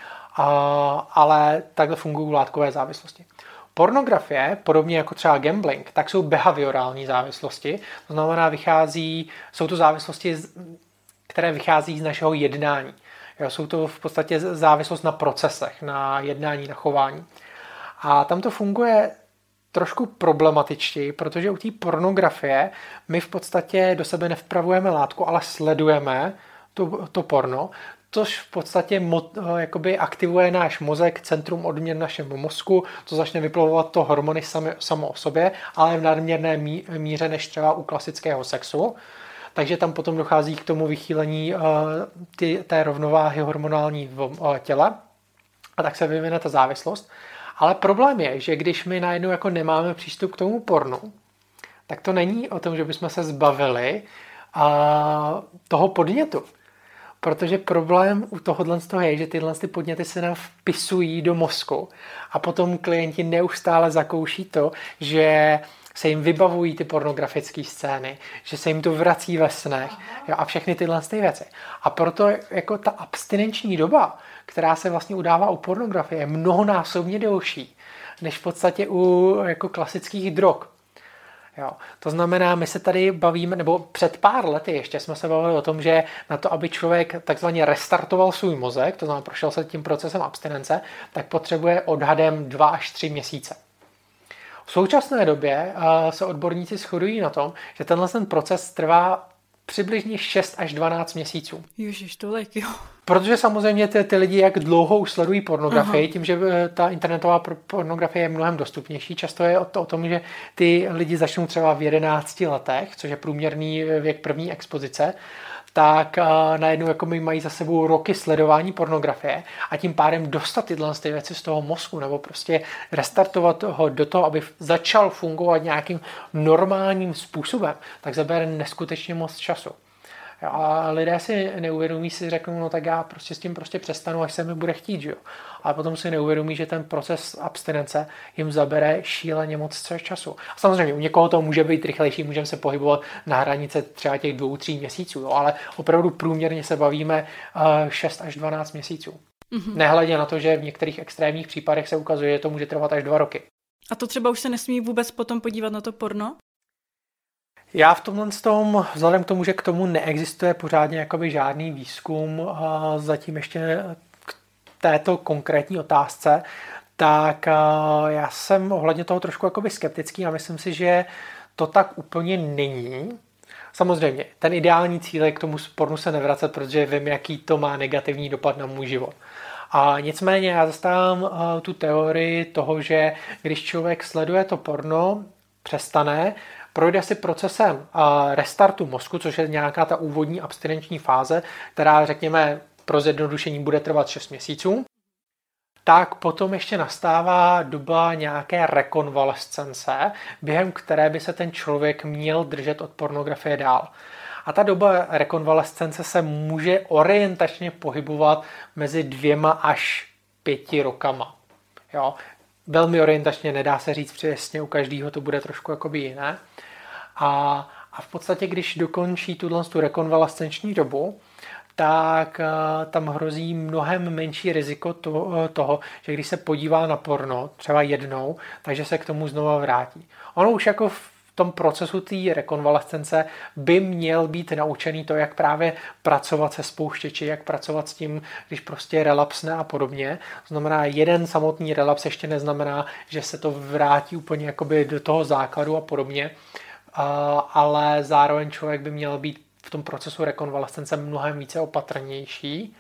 A, ale takhle fungují látkové závislosti. Pornografie, podobně jako třeba gambling, tak jsou behaviorální závislosti, to znamená, vychází, jsou to závislosti, které vychází z našeho jednání. Jo, jsou to v podstatě závislost na procesech, na jednání, na chování. A tam to funguje trošku problematičtěji, protože u té pornografie my v podstatě do sebe nevpravujeme látku, ale sledujeme to, to porno, což v podstatě mo, jakoby aktivuje náš mozek, centrum odměn našeho mozku, to začne vyplavovat to hormony sami, samo o sobě, ale v nadměrné mí, míře než třeba u klasického sexu. takže tam potom dochází k tomu vychýlení uh, ty, té rovnováhy hormonální v uh, těle a tak se vyvine ta závislost. Ale problém je, že když my najednou jako nemáme přístup k tomu pornu, tak to není o tom, že bychom se zbavili uh, toho podnětu. Protože problém u tohohle je, že tyhle ty podněty se nám vpisují do mozku a potom klienti neustále zakouší to, že se jim vybavují ty pornografické scény, že se jim to vrací ve snech, jo, a všechny tyhle ty věci. A proto jako ta abstinenční doba, která se vlastně udává u pornografie, je mnohonásobně delší než v podstatě u jako klasických drog. Jo. To znamená, my se tady bavíme, nebo před pár lety ještě jsme se bavili o tom, že na to, aby člověk takzvaně restartoval svůj mozek, to znamená prošel se tím procesem abstinence, tak potřebuje odhadem dva až tři měsíce. V současné době se odborníci shodují na tom, že tenhle ten proces trvá přibližně šest až dvanáct měsíců. Ježiš, tolik, jo. Protože samozřejmě ty, ty lidi jak dlouho už sledují pornografii, Aha. tím, že ta internetová pornografie je mnohem dostupnější. Často je o, to, o tom, že ty lidi začnou třeba v jedenácti letech, což je průměrný věk první expozice, tak uh, najednou jako my mají za sebou roky sledování pornografie a tím pádem dostat tyhle ty věci z toho mozku nebo prostě restartovat ho do toho, aby začal fungovat nějakým normálním způsobem, tak zabere neskutečně moc času. A lidé si neuvědomí, si řeknou, no tak já prostě s tím prostě přestanu, až se mi bude chtít, že jo. Ale potom si neuvědomí, že ten proces abstinence jim zabere šíleně moc času. A samozřejmě u někoho to může být rychlejší, můžeme se pohybovat na hranice třeba těch dvou, tří měsíců, jo, ale opravdu průměrně se bavíme šest až dvanáct měsíců. Mm-hmm. Nehledě na to, že v některých extrémních případech se ukazuje, že to může trvat až dva roky. A to třeba už se nesmí vůbec potom podívat na to porno? Já v tomhle tom, vzhledem k tomu, že k tomu neexistuje pořádně jakoby žádný výzkum zatím ještě k této konkrétní otázce, tak já jsem ohledně toho trošku jakoby skeptický a myslím si, že to tak úplně není. Samozřejmě, ten ideální cíl je k tomu pornu se nevracet, protože vím, jaký to má negativní dopad na můj život. A nicméně já zastávám tu teorii toho, že když člověk sleduje to porno, přestane, projde si procesem restartu mozku, což je nějaká ta úvodní abstinenční fáze, která, řekněme, pro zjednodušení bude trvat šest měsíců, tak potom ještě nastává doba nějaké rekonvalescence, během které by se ten člověk měl držet od pornografie dál. A ta doba rekonvalescence se může orientačně pohybovat mezi dvěma až pěti rokama. Jo? Velmi orientačně, nedá se říct přesně, u každého to bude trošku jakoby jiné. A, a v podstatě, když dokončí tuhle tu rekonvalescenční dobu, tak uh, tam hrozí mnohem menší riziko to, uh, toho, že když se podívá na porno, třeba jednou, takže se k tomu znova vrátí. Ono už jako v tom procesu té rekonvalescence by měl být naučený to, jak právě pracovat se spouštěči, jak pracovat s tím, když prostě relapsne a podobně. To znamená, jeden samotný relaps ještě neznamená, že se to vrátí úplně jakoby do toho základu a podobně, uh, ale zároveň člověk by měl být v tom procesu rekonvalescence mnohem více opatrnější,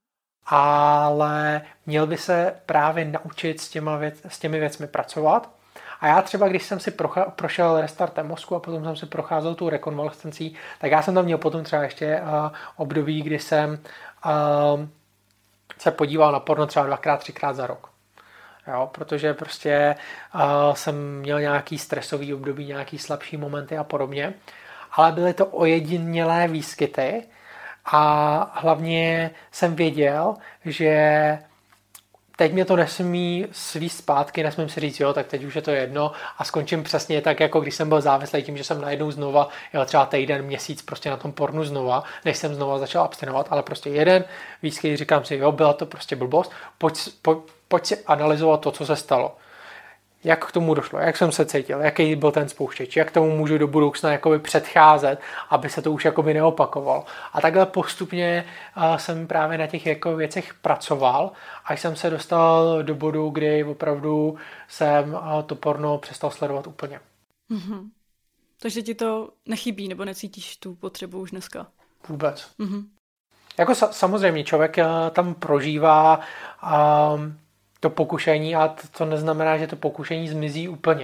ale měl by se právě naučit s, těma věc, s těmi věcmi pracovat. A já třeba, když jsem si procha, prošel restartem mozku a potom jsem si procházel tu rekonvalescencí, tak já jsem tam měl potom třeba ještě uh, období, kdy jsem uh, se podíval na porno třeba dvakrát, třikrát za rok. Jo, protože prostě uh, jsem měl nějaký stresový období, nějaký slabší momenty a podobně. Ale byly to ojedinělé výskyty a hlavně jsem věděl, že teď mě to nesmí svíst zpátky, nesmím si říct, jo, tak teď už je to jedno a skončím přesně tak, jako když jsem byl závislý tím, že jsem najednou znova, jo, třeba týden, měsíc prostě na tom pornu znova, než jsem znova začal abstinovat, ale prostě jeden výskyt, říkám si, jo, byla to prostě blbost, pojď, pojď, pojď si analyzovat to, co se stalo. Jak k tomu došlo, jak jsem se cítil, jaký byl ten spouštěč, jak tomu můžu do budoucna jakoby předcházet, aby se to už jakoby neopakovalo. A takhle postupně uh, jsem právě na těch jako věcech pracoval, až jsem se dostal do bodu, kdy opravdu jsem uh, to porno přestal sledovat úplně. Mm-hmm. Takže ti to nechybí, nebo necítíš tu potřebu už dneska? Vůbec. Mm-hmm. Jako sa- samozřejmě člověk uh, tam prožívá um, to pokušení a to neznamená, že to pokušení zmizí úplně.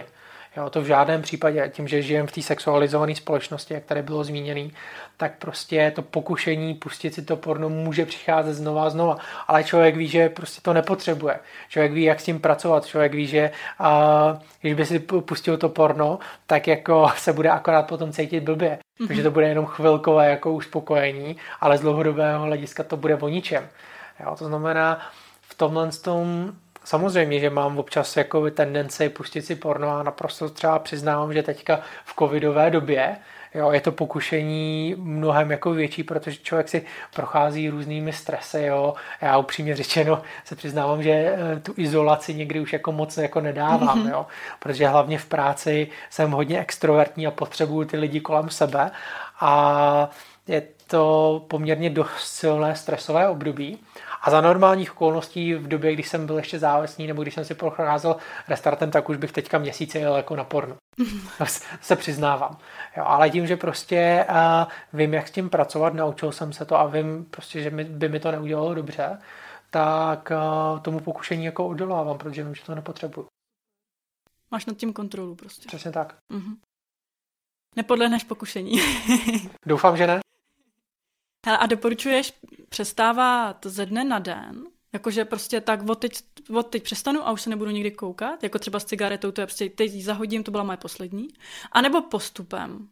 Jo, to v žádném případě, tím, že žijeme v té sexualizované společnosti, jak tady bylo zmíněný, tak prostě to pokušení pustit si to porno může přicházet znova a znova. Ale člověk ví, že prostě to nepotřebuje. Člověk ví, jak s tím pracovat. Člověk ví, že uh, když by si pustil to porno, tak jako se bude akorát potom cítit blbě. Mm-hmm. Takže to bude jenom chvilkové jako uspokojení, ale z dlouhodobého hlediska to bude o ničem. Jo, to znamená, v tomhle tom samozřejmě, že mám občas jako tendenci pustit si porno a naprosto třeba přiznávám, že teďka v covidové době jo, je to pokušení mnohem jako větší, protože člověk si prochází různými stresy. Jo. Já upřímně řečeno se přiznávám, že tu izolaci někdy už jako moc jako nedávám, mm-hmm. jo, protože hlavně v práci jsem hodně extrovertní a potřebuju ty lidi kolem sebe a je to poměrně dost silné stresové období. A za normálních okolností v době, když jsem byl ještě závislý nebo když jsem si procházel restartem, tak už bych teďka měsíce jel jako na porno. To se přiznávám. Jo, ale tím, že prostě uh, vím, jak s tím pracovat, naučil jsem se to a vím prostě, že mi, by mi to neudělalo dobře, tak uh, tomu pokušení jako odolávám, protože vím, že to nepotřebuju. Máš nad tím kontrolu prostě. Přesně tak. Mhm. Nepodlehneš pokušení. Doufám, že ne. Hele, a doporučuješ přestávat ze dne na den? Jakože prostě tak od teď, od teď přestanu a už se nebudu nikdy koukat? Jako třeba s cigaretou, to je prostě teď zahodím, to byla moje poslední. A nebo postupem?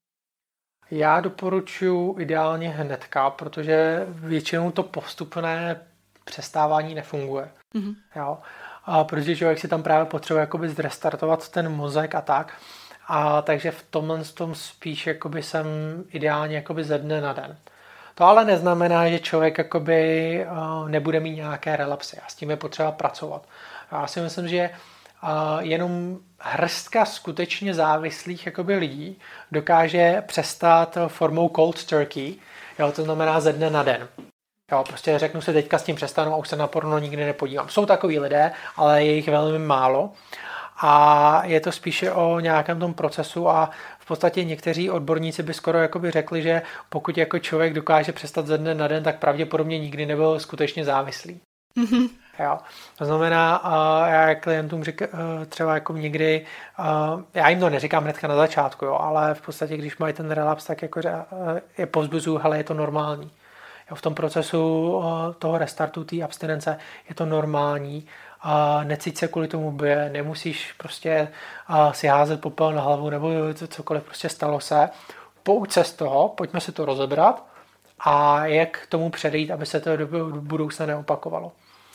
Já doporučuji ideálně hnedka, protože většinou to postupné přestávání nefunguje. Mm-hmm. Jo? A protože člověk si tam právě potřebuje jakoby zrestartovat ten mozek a tak. A takže v tomhle tom spíš jakoby jsem ideálně jakoby ze dne na den. To ale neznamená, že člověk jakoby uh, nebude mít nějaké relapsy a s tím je potřeba pracovat. Já si myslím, že uh, jenom hrstka skutečně závislých jakoby lidí dokáže přestat formou cold turkey, jo, to znamená ze dne na den. Jo, prostě řeknu si teďka s tím přestanu a už se na porno nikdy nepodívám. Jsou takový lidé, ale je jich velmi málo. A je to spíše o nějakém tom procesu a v podstatě někteří odborníci by skoro jakoby řekli, že pokud jako člověk dokáže přestat ze dne na den, tak pravděpodobně nikdy nebyl skutečně závislý. Mm-hmm. Jo. To znamená, uh, já klientům říkám uh, třeba jako někdy, uh, já jim to neříkám hnedka na začátku, jo, ale v podstatě, když mají ten relaps, tak jako uh, je pozbuzuju, hele, je to normální. Jo, v tom procesu uh, toho restartu, té abstinence je to normální. A necít se kvůli tomu blbě, nemusíš prostě si házet popel na hlavu nebo cokoliv, prostě stalo se. Pouč se z toho, pojďme si to rozebrat a jak tomu předejít, aby se to do budoucna neopakovalo.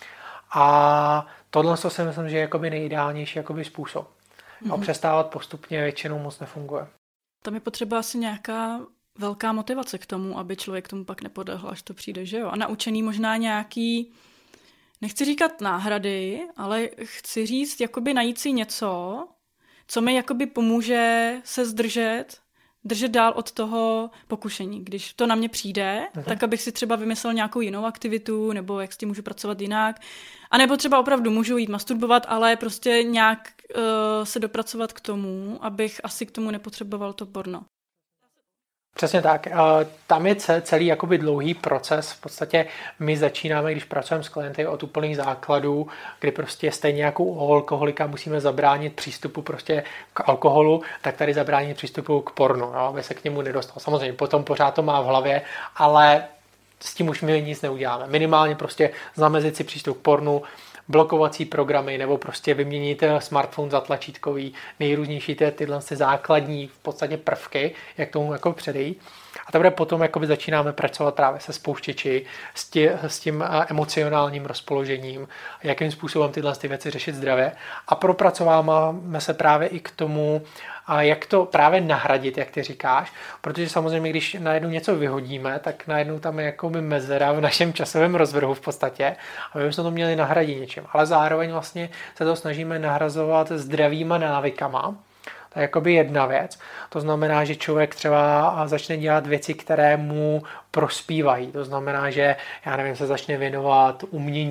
A tohle si myslím, že je jakoby nejideálnější jakoby způsob. Mm-hmm. A přestávat postupně většinou moc nefunguje. Tam je potřeba asi nějaká velká motivace k tomu, aby člověk tomu pak nepodlehl, až to přijde, že jo? A naučený možná nějaký, nechci říkat náhrady, ale chci říct, jakoby najít si něco, co mi jakoby pomůže se zdržet, držet dál od toho pokušení. Když to na mě přijde, uh-huh. tak abych si třeba vymyslel nějakou jinou aktivitu, nebo jak s tím můžu pracovat jinak. A nebo třeba opravdu můžu jít masturbovat, ale prostě nějak uh, se dopracovat k tomu, abych asi k tomu nepotřeboval to porno. Přesně tak. Tam je celý jakoby dlouhý proces. V podstatě my začínáme, když pracujeme s klienty od úplných základů, kdy prostě stejně jako u alkoholika musíme zabránit přístupu prostě k alkoholu, tak tady zabránit přístupu k pornu, jo, aby se k němu nedostal. Samozřejmě potom pořád to má v hlavě, ale s tím už my nic neuděláme. Minimálně prostě zamezit si přístup k pornu, blokovací programy nebo prostě vyměnit smartphone za tlačítkový, nejrůznější ty, tyhle základní v podstatě prvky, jak tomu jako předejít. A teprve potom jakoby začínáme pracovat právě se spouštěči, s, tí, s tím emocionálním rozpoložením, jakým způsobem tyhle ty věci řešit zdravě. A propracováváme se právě i k tomu, jak to právě nahradit, jak ty říkáš, protože samozřejmě, když najednou něco vyhodíme, tak najednou tam je jako mezera v našem časovém rozvrhu v podstatě, aby bychom to měli nahradit něčím. Ale zároveň vlastně se to snažíme nahrazovat zdravýma návykama. To je jakoby jedna věc. To znamená, že člověk třeba začne dělat věci, které mu prospívají. To znamená, že, já nevím, se začne věnovat umění.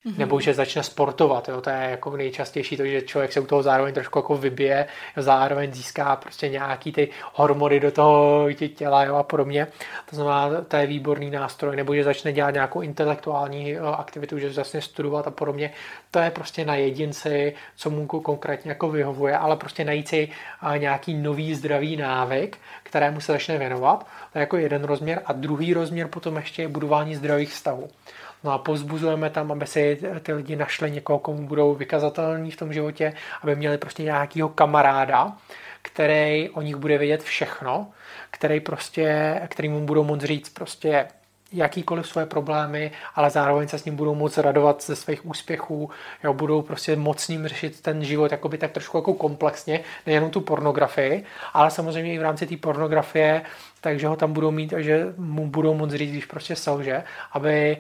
Mm-hmm. Nebo že začne sportovat, jo, to je jako nejčastější to, že člověk se u toho zároveň trošku jako vybije, zároveň získá prostě nějaký ty hormony do toho těla, jo, a podobně. To znamená, to je výborný nástroj, nebo že začne dělat nějakou intelektuální aktivitu, že začne studovat a podobně. To je prostě na jedinci, co mu konkrétně jako vyhovuje, ale prostě najít si nějaký nový zdravý návyk, kterému se začne věnovat. To je jako jeden rozměr a druhý rozměr potom ještě je budování zdravých vztahů. No a povzbuzujeme tam, aby si ty lidi našli někoho, komu budou vykazatelní v tom životě, aby měli prostě nějakýho kamaráda, který o nich bude vědět všechno, který prostě, kterýmu budou moct říct prostě jakýkoliv svoje problémy, ale zároveň se s ním budou moct radovat ze svých úspěchů, jo, budou prostě moct s ním řešit ten život jakoby tak trošku jako komplexně, nejenom tu pornografii, ale samozřejmě i v rámci té pornografie, takže ho tam budou mít a že mu budou moct říct, když prostě selže, aby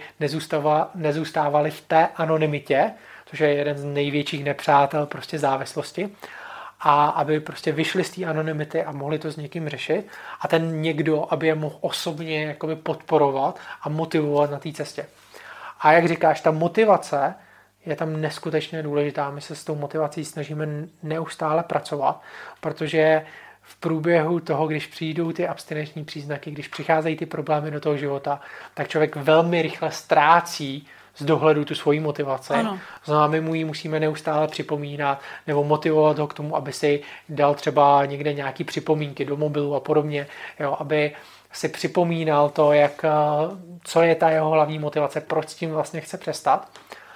nezůstávali v té anonymitě, což je jeden z největších nepřátel prostě závislosti, a aby prostě vyšli z té anonymity a mohli to s někým řešit a ten někdo, aby je mohl osobně jakoby podporovat a motivovat na té cestě. A jak říkáš, ta motivace je tam neskutečně důležitá. My se s tou motivací snažíme neustále pracovat, protože v průběhu toho, když přijdou ty abstinenční příznaky, když přicházejí ty problémy do toho života, tak člověk velmi rychle ztrácí z dohledu tu svoji motivaci. Ano. Znamená, my mu ji musíme neustále připomínat nebo motivovat ho k tomu, aby si dal třeba někde nějaký připomínky do mobilu a podobně, jo, aby si připomínal to, jak, co je ta jeho hlavní motivace, proč s tím vlastně chce přestat.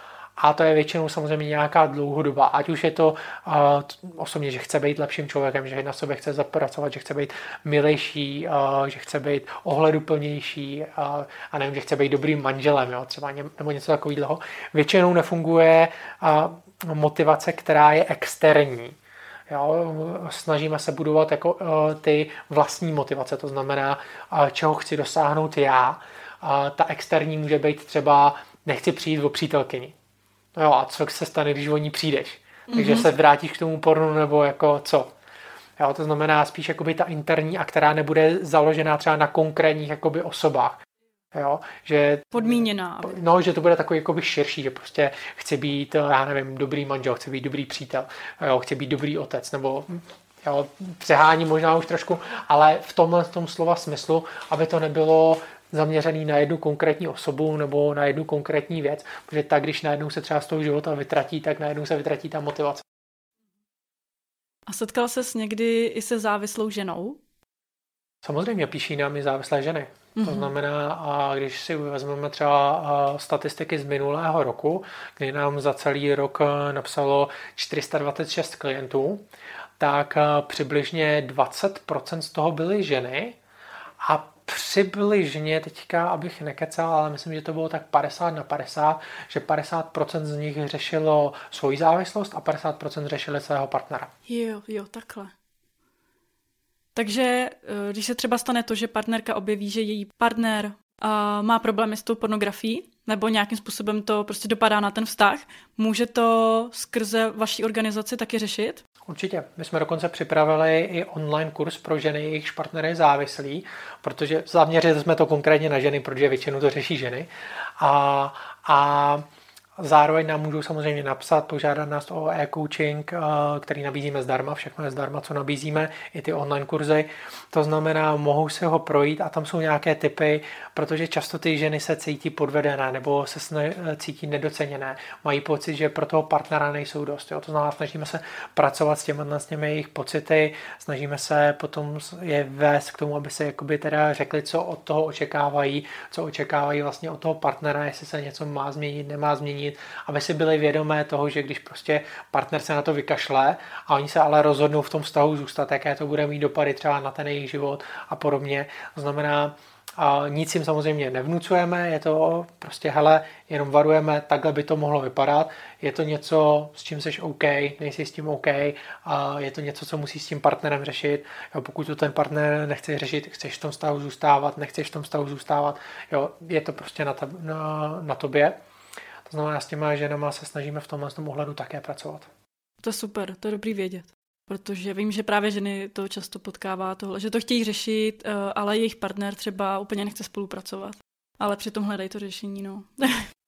A to je většinou samozřejmě nějaká dlouhodoba. Ať už je to uh, osobně, že chce být lepším člověkem, že na sobě chce zapracovat, že chce být milejší, uh, že chce být ohleduplnější uh, a nevím, že chce být dobrým manželem, jo, třeba ně, nebo něco takového. Většinou nefunguje uh, motivace, která je externí. Jo, snažíme se budovat jako uh, ty vlastní motivace, to znamená, uh, čeho chci dosáhnout já. Uh, ta externí může být třeba, nechci přijít o přítelkyni. No jo, a co se stane, když o ní přijdeš? Takže mm-hmm. se vrátíš k tomu pornu nebo jako co? Jo, to znamená spíš jakoby ta interní a která nebude založená třeba na konkrétních jakoby osobách. Jo, že, podmíněná. No, že to bude takový jakoby širší, že prostě chci být, já nevím, dobrý manžel, chci být dobrý přítel, jo, chci být dobrý otec, nebo jo, přehání možná už trošku, ale v tomhle v tom slova smyslu, aby to nebylo zaměřený na jednu konkrétní osobu nebo na jednu konkrétní věc, protože tak, když najednou se třeba z toho života vytratí, tak najednou se vytratí ta motivace. A setkal ses někdy i se závislou ženou? Samozřejmě, píší nám i závislé ženy. Mm-hmm. To znamená, a když si vezmeme třeba statistiky z minulého roku, kdy nám za celý rok napsalo čtyři sta dvacet šest klientů, tak přibližně dvacet procent z toho byly ženy a přibližně teďka, abych nekecal, ale myslím, že to bylo tak padesát na padesát, že padesát procent z nich řešilo svoji závislost a padesát procent řešili svého partnera. Jo, jo, takhle. Takže když se třeba stane to, že partnerka objeví, že její partner uh, má problémy s tou pornografií, nebo nějakým způsobem to prostě dopadá na ten vztah, může to skrze vaší organizaci taky řešit? Určitě. My jsme dokonce připravili i online kurz pro ženy, jejichž partner je závislý, protože zaměřili jsme to konkrétně na ženy, protože většinou to řeší ženy. A, a zároveň nám můžou samozřejmě napsat, požádat nás o e-coaching, který nabízíme zdarma, všechno je zdarma, co nabízíme, i ty online kurzy. To znamená, mohou se ho projít a tam jsou nějaké tipy, protože často ty ženy se cítí podvedené nebo se cítí nedoceněné. Mají pocit, že pro toho partnera nejsou dost. Jo? To znamená, snažíme se pracovat s těmi, s těmi jejich pocity, snažíme se potom je vést k tomu, aby se jakoby teda řekli, co od toho očekávají, co očekávají vlastně od toho partnera, jestli se něco má změnit, nemá změnit, aby si byli vědomé toho, že když prostě partner se na to vykašle a oni se ale rozhodnou v tom vztahu zůstat, jaké to bude mít dopady třeba na ten jejich život a podobně. To znamená, a nic jim samozřejmě nevnucujeme, je to prostě, hele, jenom varujeme, takhle by to mohlo vypadat, je to něco, s čím jsi OK, nejsi s tím OK, a je to něco, co musíš s tím partnerem řešit, jo, pokud to ten partner nechce řešit, chceš v tom vztahu zůstávat, nechceš v tom vztahu zůstávat, jo, je to prostě na, ta, na, na tobě. To znamená, s těma ženama se snažíme v tomhle tom ohledu také pracovat. To je super, to je dobrý vědět. Protože vím, že právě ženy to často potkává tohle, že to chtějí řešit, ale jejich partner třeba úplně nechce spolupracovat. Ale přitom hledají to řešení, no.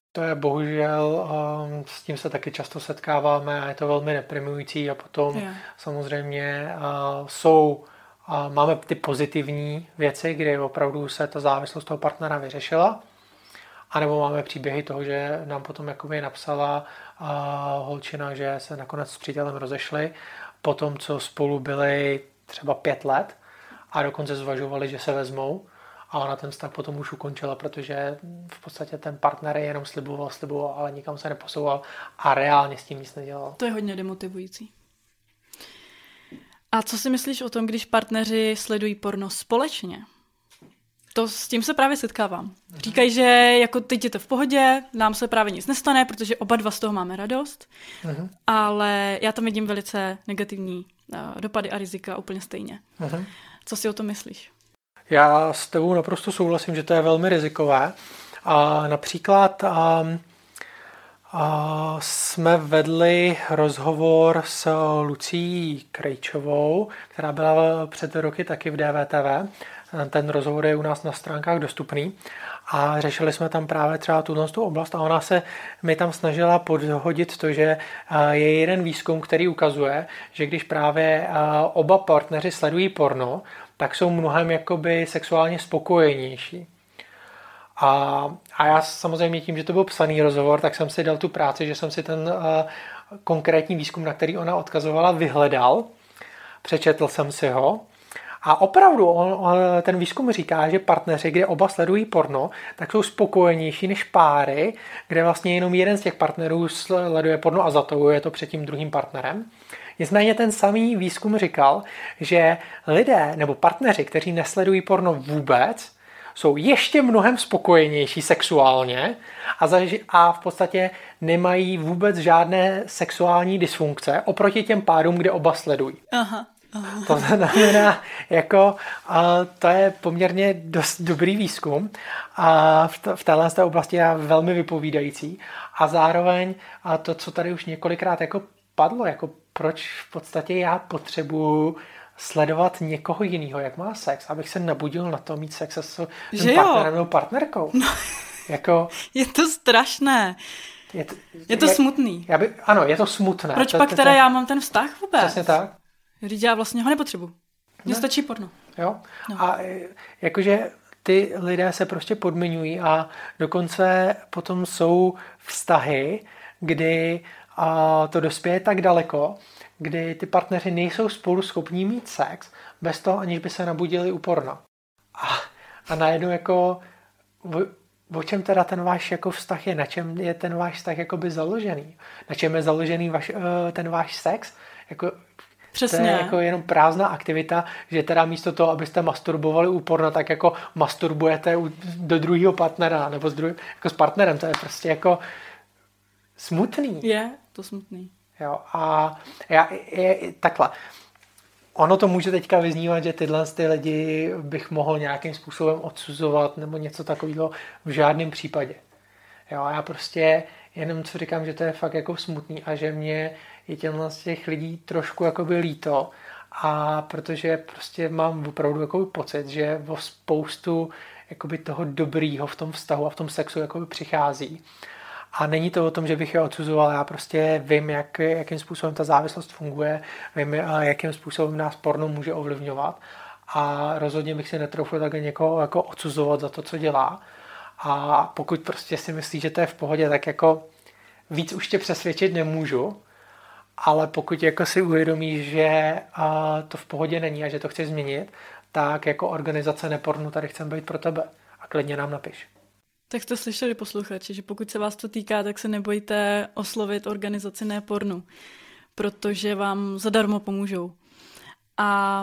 To je bohužel, um, s tím se taky často setkáváme a je to velmi deprimující a potom yeah. samozřejmě uh, jsou, uh, máme ty pozitivní věci, kdy opravdu se ta závislost toho partnera vyřešila, anebo máme příběhy toho, že nám potom jakoby napsala uh, holčina, že se nakonec s přítelem rozešli, po tom, co spolu byli třeba pět let a dokonce zvažovali, že se vezmou. A ona ten vztah potom už ukončila, protože v podstatě ten partner jenom sliboval, sliboval, ale nikam se neposouval a reálně s tím nic nedělal. To je hodně demotivující. A co si myslíš o tom, když partneři sledují porno společně? To s tím se právě setkávám. Říkají, že jako teď je to v pohodě, nám se právě nic nestane, protože oba dva z toho máme radost, uh-huh. ale já tam vidím velice negativní uh, dopady a rizika úplně stejně. Uh-huh. Co si o tom myslíš? Já s tebou naprosto souhlasím, že to je velmi rizikové. A například a, a jsme vedli rozhovor s Lucí Krejčovou, která byla před roky taky v D V T V. Ten rozhovor je u nás na stránkách dostupný. A řešili jsme tam právě třeba tuhle oblast a ona se mi tam snažila podhodit to, že je jeden výzkum, který ukazuje, že když právě oba partneři sledují porno, tak jsou mnohem jakoby sexuálně spokojenější. A, a já samozřejmě tím, že to byl psaný rozhovor, tak jsem si dal tu práci, že jsem si ten uh, konkrétní výzkum, na který ona odkazovala, vyhledal. Přečetl jsem si ho. A opravdu on, on, ten výzkum říká, že partneři, kde oba sledují porno, tak jsou spokojenější než páry, kde vlastně jenom jeden z těch partnerů sleduje porno a zatojuje to před tím druhým partnerem. Nicméně ten samý výzkum říkal, že lidé nebo partneři, kteří nesledují porno vůbec, jsou ještě mnohem spokojenější sexuálně a, zaži- a v podstatě nemají vůbec žádné sexuální dysfunkce oproti těm párům, kde oba sledují. Aha. Aha. To znamená, jako, a to je poměrně dost dobrý výzkum a v, t- v téhle té oblasti je velmi vypovídající a zároveň a to, co tady už několikrát jako padlo, jako proč v podstatě já potřebuju sledovat někoho jiného, jak má sex, abych se nabudil na to mít sex se svým partnerem nebo partnerkou. No. Jako, je to strašné. Je to, je to je, smutný. Já by, ano, je to smutné. Proč to, pak to, teda to, já mám ten vztah vůbec? Přesně tak. Když já vlastně ho nepotřebuji. Mně stačí porno. Jo. No. A jakože ty lidé se prostě podmiňují a dokonce potom jsou vztahy, kdy a to dospěje tak daleko, kdy ty partneři nejsou spolu schopní mít sex bez toho, aniž by se nabudili u porna. A, a najednou jako o, o čem teda ten váš jako vztah je? Na čem je ten váš vztah jakoby založený? Na čem je založený vaš, ten váš sex? Jako, přesně. To je jako jenom prázdná aktivita, že teda místo toho, abyste masturbovali u porna, tak jako masturbujete u, do druhého partnera, nebo s, druhý, jako s partnerem. To je prostě jako smutný. Je to smutný. Jo, a já, je, je, takhle. Ono to může teďka vyznívat, že tyhle ty lidi bych mohl nějakým způsobem odsuzovat nebo něco takového, v žádném případě. Jo, já prostě jenom co říkám, že to je fakt jako smutný a že mě je těmhle z těch lidí trošku jakoby líto a protože prostě mám opravdu jakoby pocit, že o spoustu jakoby toho dobrýho v tom vztahu a v tom sexu jakoby přichází. A není to o tom, že bych je odsuzoval, já prostě vím, jak, jakým způsobem ta závislost funguje, vím, jakým způsobem nás porno může ovlivňovat a rozhodně bych si netroufl takhle někoho jako odsuzovat za to, co dělá. A pokud prostě si myslí, že to je v pohodě, tak jako víc už tě přesvědčit nemůžu, ale pokud jako si uvědomíš, že to v pohodě není a že to chci změnit, tak jako organizace Nepornu tady chcem být pro tebe a klidně nám napiš. Tak jste slyšeli, posluchači, že pokud se vás to týká, tak se nebojte oslovit organizaci Nepornu, protože vám zadarmo pomůžou. A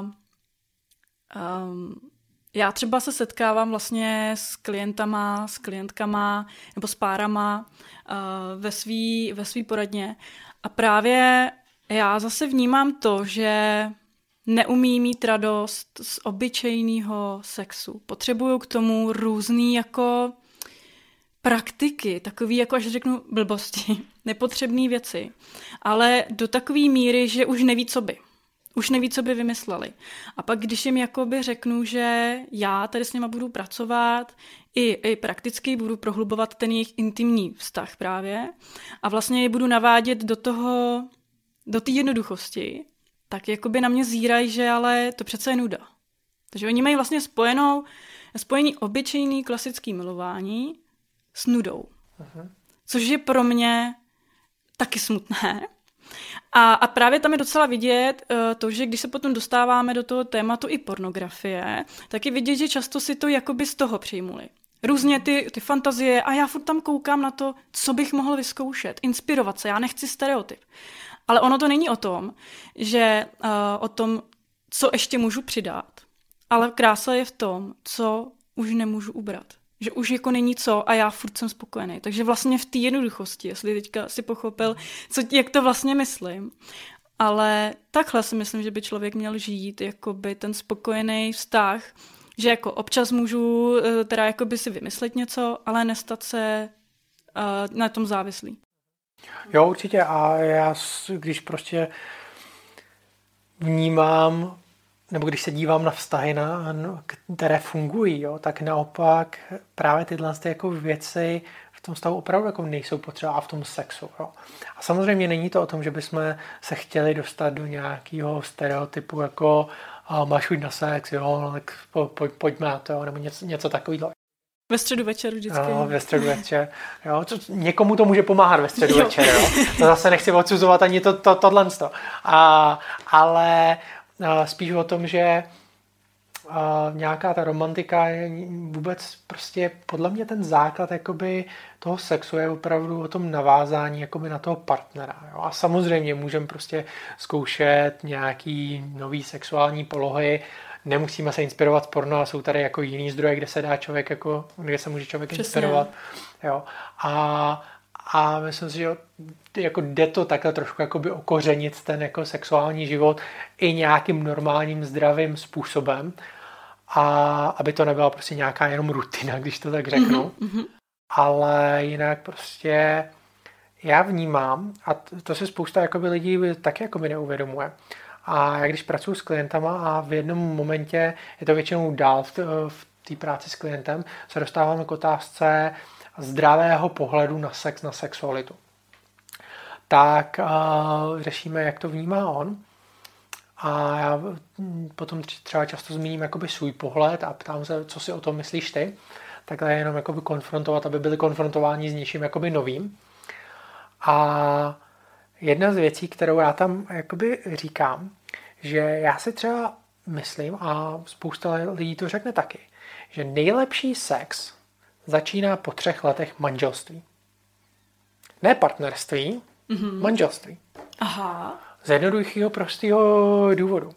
um, já třeba se setkávám vlastně s klientama, s klientkama nebo s párama uh, ve svý, ve svý poradně a právě já zase vnímám to, že neumí mít radost z obyčejného sexu. Potřebuju k tomu různý jako praktiky, takový jako až řeknu blbosti, nepotřebné věci, ale do takové míry, že už neví, co by. Už neví, co by vymysleli. A pak, když jim jakoby řeknu, že já tady s nima budu pracovat, i, i prakticky budu prohlubovat ten jejich intimní vztah právě a vlastně je budu navádět do toho, do té jednoduchosti, tak jakoby na mě zírají, že ale to přece je nuda. Takže oni mají vlastně spojenou, spojený obyčejný klasický milování s nudou. Uh-huh. Což je pro mě taky smutné. A, a právě tam je docela vidět uh, to, že když se potom dostáváme do toho tématu i pornografie, tak je vidět, že často si to jakoby z toho přijmuli. Různě ty, ty fantazie a já furt tam koukám na to, co bych mohl vyzkoušet, inspirovat se, já nechci stereotyp. Ale ono to není o tom, že uh, o tom, co ještě můžu přidat, ale krása je v tom, co už nemůžu ubrat. Že už jako není co a já furt jsem spokojený. Takže vlastně v té jednoduchosti, jestli teďka si pochopil, co, jak to vlastně myslím. Ale takhle si myslím, že by člověk měl žít jakoby ten spokojený vztah, že jako občas můžu teda jakoby si vymyslet něco, ale nestat se uh, na tom závislý. Jo, určitě. A já, když prostě vnímám, nebo když se dívám na vztahy, na, které fungují, jo, tak naopak právě tyhle jako věci v tom stavu opravdu jako nejsou potřeba a v tom sexu. Jo. A samozřejmě není to o tom, že bychom se chtěli dostat do nějakého stereotypu jako a máš chuť na sex, jo, no, tak po, po, pojďme na to, jo, nebo něco, něco takového. Ve středu večer vždycky. No, ve středu večer. Jo. To, někomu to může pomáhat ve středu jo. večer. Jo. To zase nechci odsuzovat ani to, to, tohle. A, ale a spíš o tom, že a nějaká ta romantika je vůbec prostě podle mě ten základ jakoby toho sexu je opravdu o tom navázání jakoby na toho partnera. Jo. A samozřejmě můžeme prostě zkoušet nějaký nový sexuální polohy, nemusíme se inspirovat z porno, ale jsou tady jako jiný zdroje, kde se dá člověk jako, kde se může člověk Přesně. inspirovat. Jo. A, a myslím si, že jako jde to takhle trošku jakoby okořenit ten jako sexuální život i nějakým normálním zdravým způsobem. A aby to nebyla prostě nějaká jenom rutina, když to tak řeknu. Mm-hmm. Ale jinak prostě já vnímám, a to se spousta jakoby lidí taky jakoby neuvědomuje. A já když pracuji s klientama a v jednom momentě je to většinou dál v té práci s klientem, se dostáváme k otázce zdravého pohledu na sex, na sexualitu. Tak uh, řešíme, jak to vnímá on. A já potom třeba často zmíním jakoby svůj pohled a ptám se, co si o tom myslíš ty. Takhle jenom jakoby konfrontovat, aby byli konfrontováni s něčím jakoby novým. A jedna z věcí, kterou já tam jakoby říkám, že já si třeba myslím, a spousta lidí to řekne taky, že nejlepší sex začíná po třech letech manželství. Ne partnerství, mm-hmm. manželství. Aha. Z jednoduchého prostého důvodu.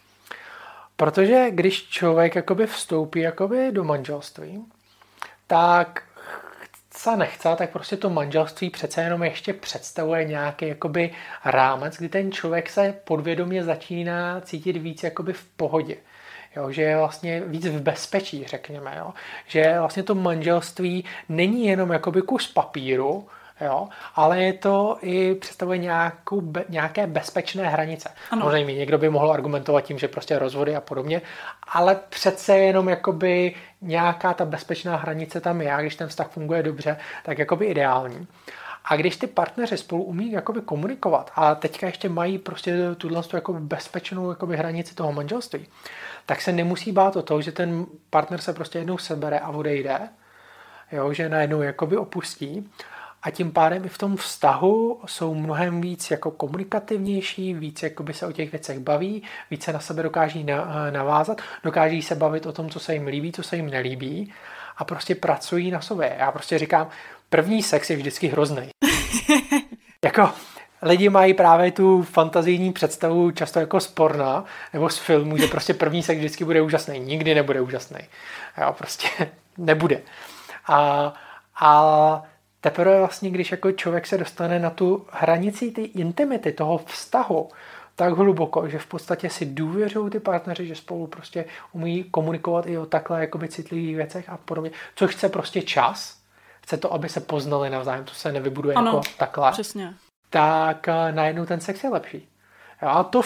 Protože když člověk jakoby vstoupí jakoby do manželství, tak chce nechce, tak prostě to manželství přece jenom ještě představuje nějaký jakoby rámec, kdy ten člověk se podvědomě začíná cítit víc jakoby v pohodě. Jo, že je vlastně víc v bezpečí, řekněme. Jo. Že vlastně to manželství není jenom jakoby kus papíru, jo, ale je to i představuje nějakou be, nějaké bezpečné hranice. Samozřejmě někdo by mohl argumentovat tím, že prostě rozvody a podobně, ale přece jenom jakoby nějaká ta bezpečná hranice tam je, a když ten vztah funguje dobře, tak jakoby ideální. A když ty partneři spolu umí jakoby komunikovat a teďka ještě mají prostě tuhle jakoby bezpečnou jakoby hranici toho manželství, tak se nemusí bát o to, že ten partner se prostě jednou sebere a odejde, jo, že najednou jakoby opustí. A tím pádem i v tom vztahu jsou mnohem víc jako komunikativnější, víc jakoby se o těch věcech baví, víc se na sebe dokáží navázat, dokáží se bavit o tom, co se jim líbí, co se jim nelíbí a prostě pracují na sobě. Já prostě říkám, první sex je vždycky hrozný. Jako lidi mají právě tu fantazijní představu často jako z porna nebo z filmu, že prostě první sex vždycky bude úžasný. Nikdy nebude úžasný. Jo, prostě nebude. A, a teprve vlastně, když jako člověk se dostane na tu hranici té intimity, toho vztahu, tak hluboko, že v podstatě si důvěřují ty partneři, že spolu prostě umí komunikovat i o takhle jakoby citlivých věcech a podobně, což chce prostě čas, chce to, aby se poznali navzájem, to se nevybuduje ano, jako takhle. Přesně. Tak najednou ten sex je lepší. A to v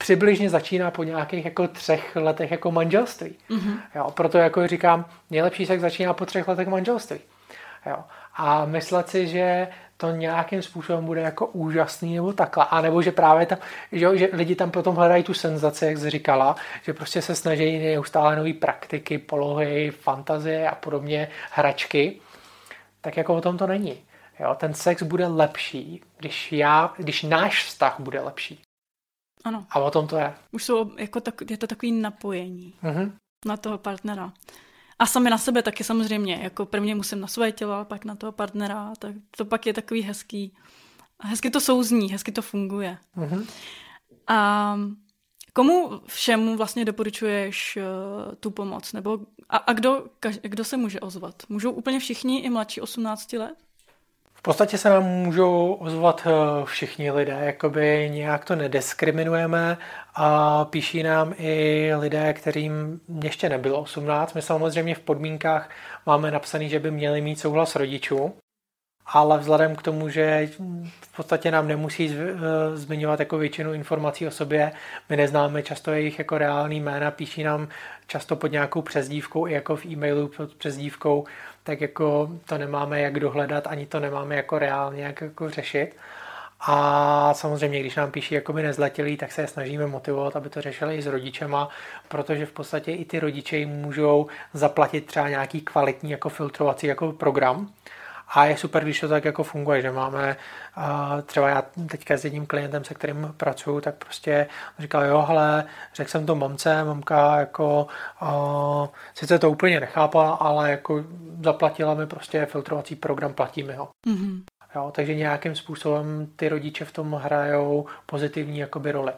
přibližně začíná po nějakých jako třech letech jako manželství. Mm-hmm. Jo, proto jako říkám, nejlepší sex začíná po třech letech manželství. Jo. A myslet si, že to nějakým způsobem bude jako úžasný nebo takhle. A nebo že právě tam, že, že lidi tam potom hledají tu senzaci, jak jsi říkala, že prostě se snaží neustále nové praktiky, polohy, fantazie a podobně, hračky. Tak jako o tom to není. Jo, ten sex bude lepší, když, já, když náš vztah bude lepší. Ano. A o tom to je. Už jsou jako tak, je to takový napojení Mm-hmm. na toho partnera. A sami na sebe taky samozřejmě. Jako prvně musím na své tělo, a pak na toho partnera. Tak to pak je takový hezký. Hezky to souzní, hezky to funguje. Mm-hmm. A komu všemu vlastně doporučuješ uh, tu pomoc? Nebo, a a kdo, kaž, kdo se může ozvat? Můžou úplně všichni, i mladší osmnáct let? V podstatě se nám můžou ozvat všichni lidé, jakoby nějak to nediskriminujeme a píší nám i lidé, kterým ještě nebylo osmnáct. My samozřejmě v podmínkách máme napsaný, že by měli mít souhlas rodičů, ale vzhledem k tomu, že v podstatě nám nemusí zmiňovat jako většinu informací o sobě, my neznáme často jejich jako reální jména, píší nám často pod nějakou přezdívkou, i jako v e-mailu pod přezdívkou, tak jako to nemáme jak dohledat, ani to nemáme jako reálně jak jako řešit. A samozřejmě, když nám píší jakoby nezletilí, tak se je snažíme motivovat, aby to řešili i s rodičema, protože v podstatě i ty rodiče jim můžou zaplatit třeba nějaký kvalitní jako filtrovací jako program. A je super, když to tak jako funguje, že máme, uh, třeba já teďka s jedním klientem, se kterým pracuju, tak prostě říkal, jo, hele, řekl jsem to mamce, mamka jako uh, sice to úplně nechápala, ale jako zaplatila mi prostě filtrovací program, platí mi ho. Mm-hmm. Jo, takže nějakým způsobem ty rodiče v tom hrajou pozitivní jakoby roli.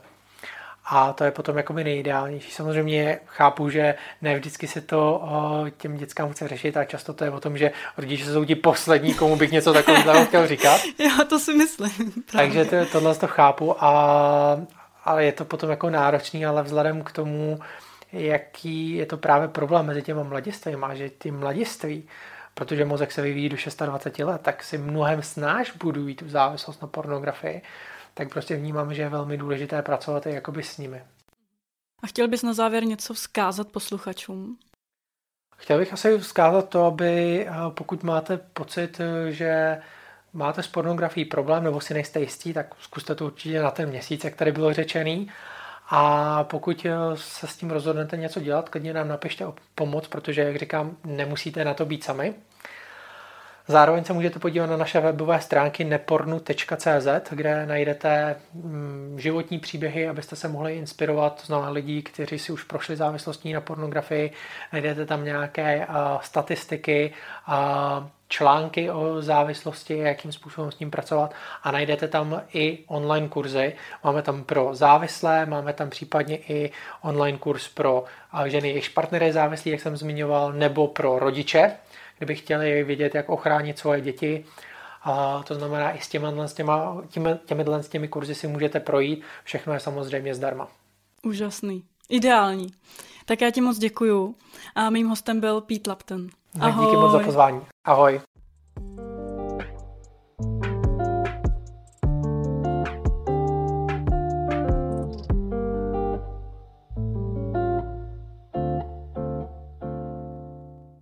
A to je potom jakoby nejideálnější. Samozřejmě chápu, že ne vždycky se to o, těm dětskám chce řešit a často to je o tom, že rodiče jsou ti poslední, komu bych něco takového chtěl říkat. Já to si myslím. Takže to, tohle to chápu, a, ale je to potom jako náročný, ale vzhledem k tomu, jaký je to právě problém mezi těma mladistvými, že ty mladiství, protože mozek se vyvíjí do dvacet šest let, tak si mnohem snáš budují tu závislost na pornografii, tak prostě vnímám, že je velmi důležité pracovat i jakoby s nimi. A chtěl bys na závěr něco vzkázat posluchačům? Chtěl bych asi vzkázat to, aby pokud máte pocit, že máte s pornografií problém nebo si nejste jistí, tak zkuste to určitě na ten měsíc, jak tady bylo řečený. A pokud se s tím rozhodnete něco dělat, klidně nám napište o pomoc, protože, jak říkám, nemusíte na to být sami. Zároveň se můžete podívat na naše webové stránky nepornu tečka cé zet, kde najdete životní příběhy, abyste se mohli inspirovat, to znamená lidí, kteří si už prošli závislostí na pornografii. Najdete tam nějaké uh, statistiky, uh, články o závislosti, jakým způsobem s tím pracovat, a najdete tam i online kurzy. Máme tam pro závislé, máme tam případně i online kurz pro ženy, jejichž partner je závislý, jak jsem zmiňoval, nebo pro rodiče, kdyby chtěli vědět, jak ochránit svoje děti. A to znamená, i s těma, s těma, těmi, těmi, s těmi kurzy si můžete projít. Všechno je samozřejmě zdarma. Úžasný. Ideální. Tak já ti moc děkuju. A mým hostem byl Pete Lupton. Ahoj. Díky moc za pozvání. Ahoj.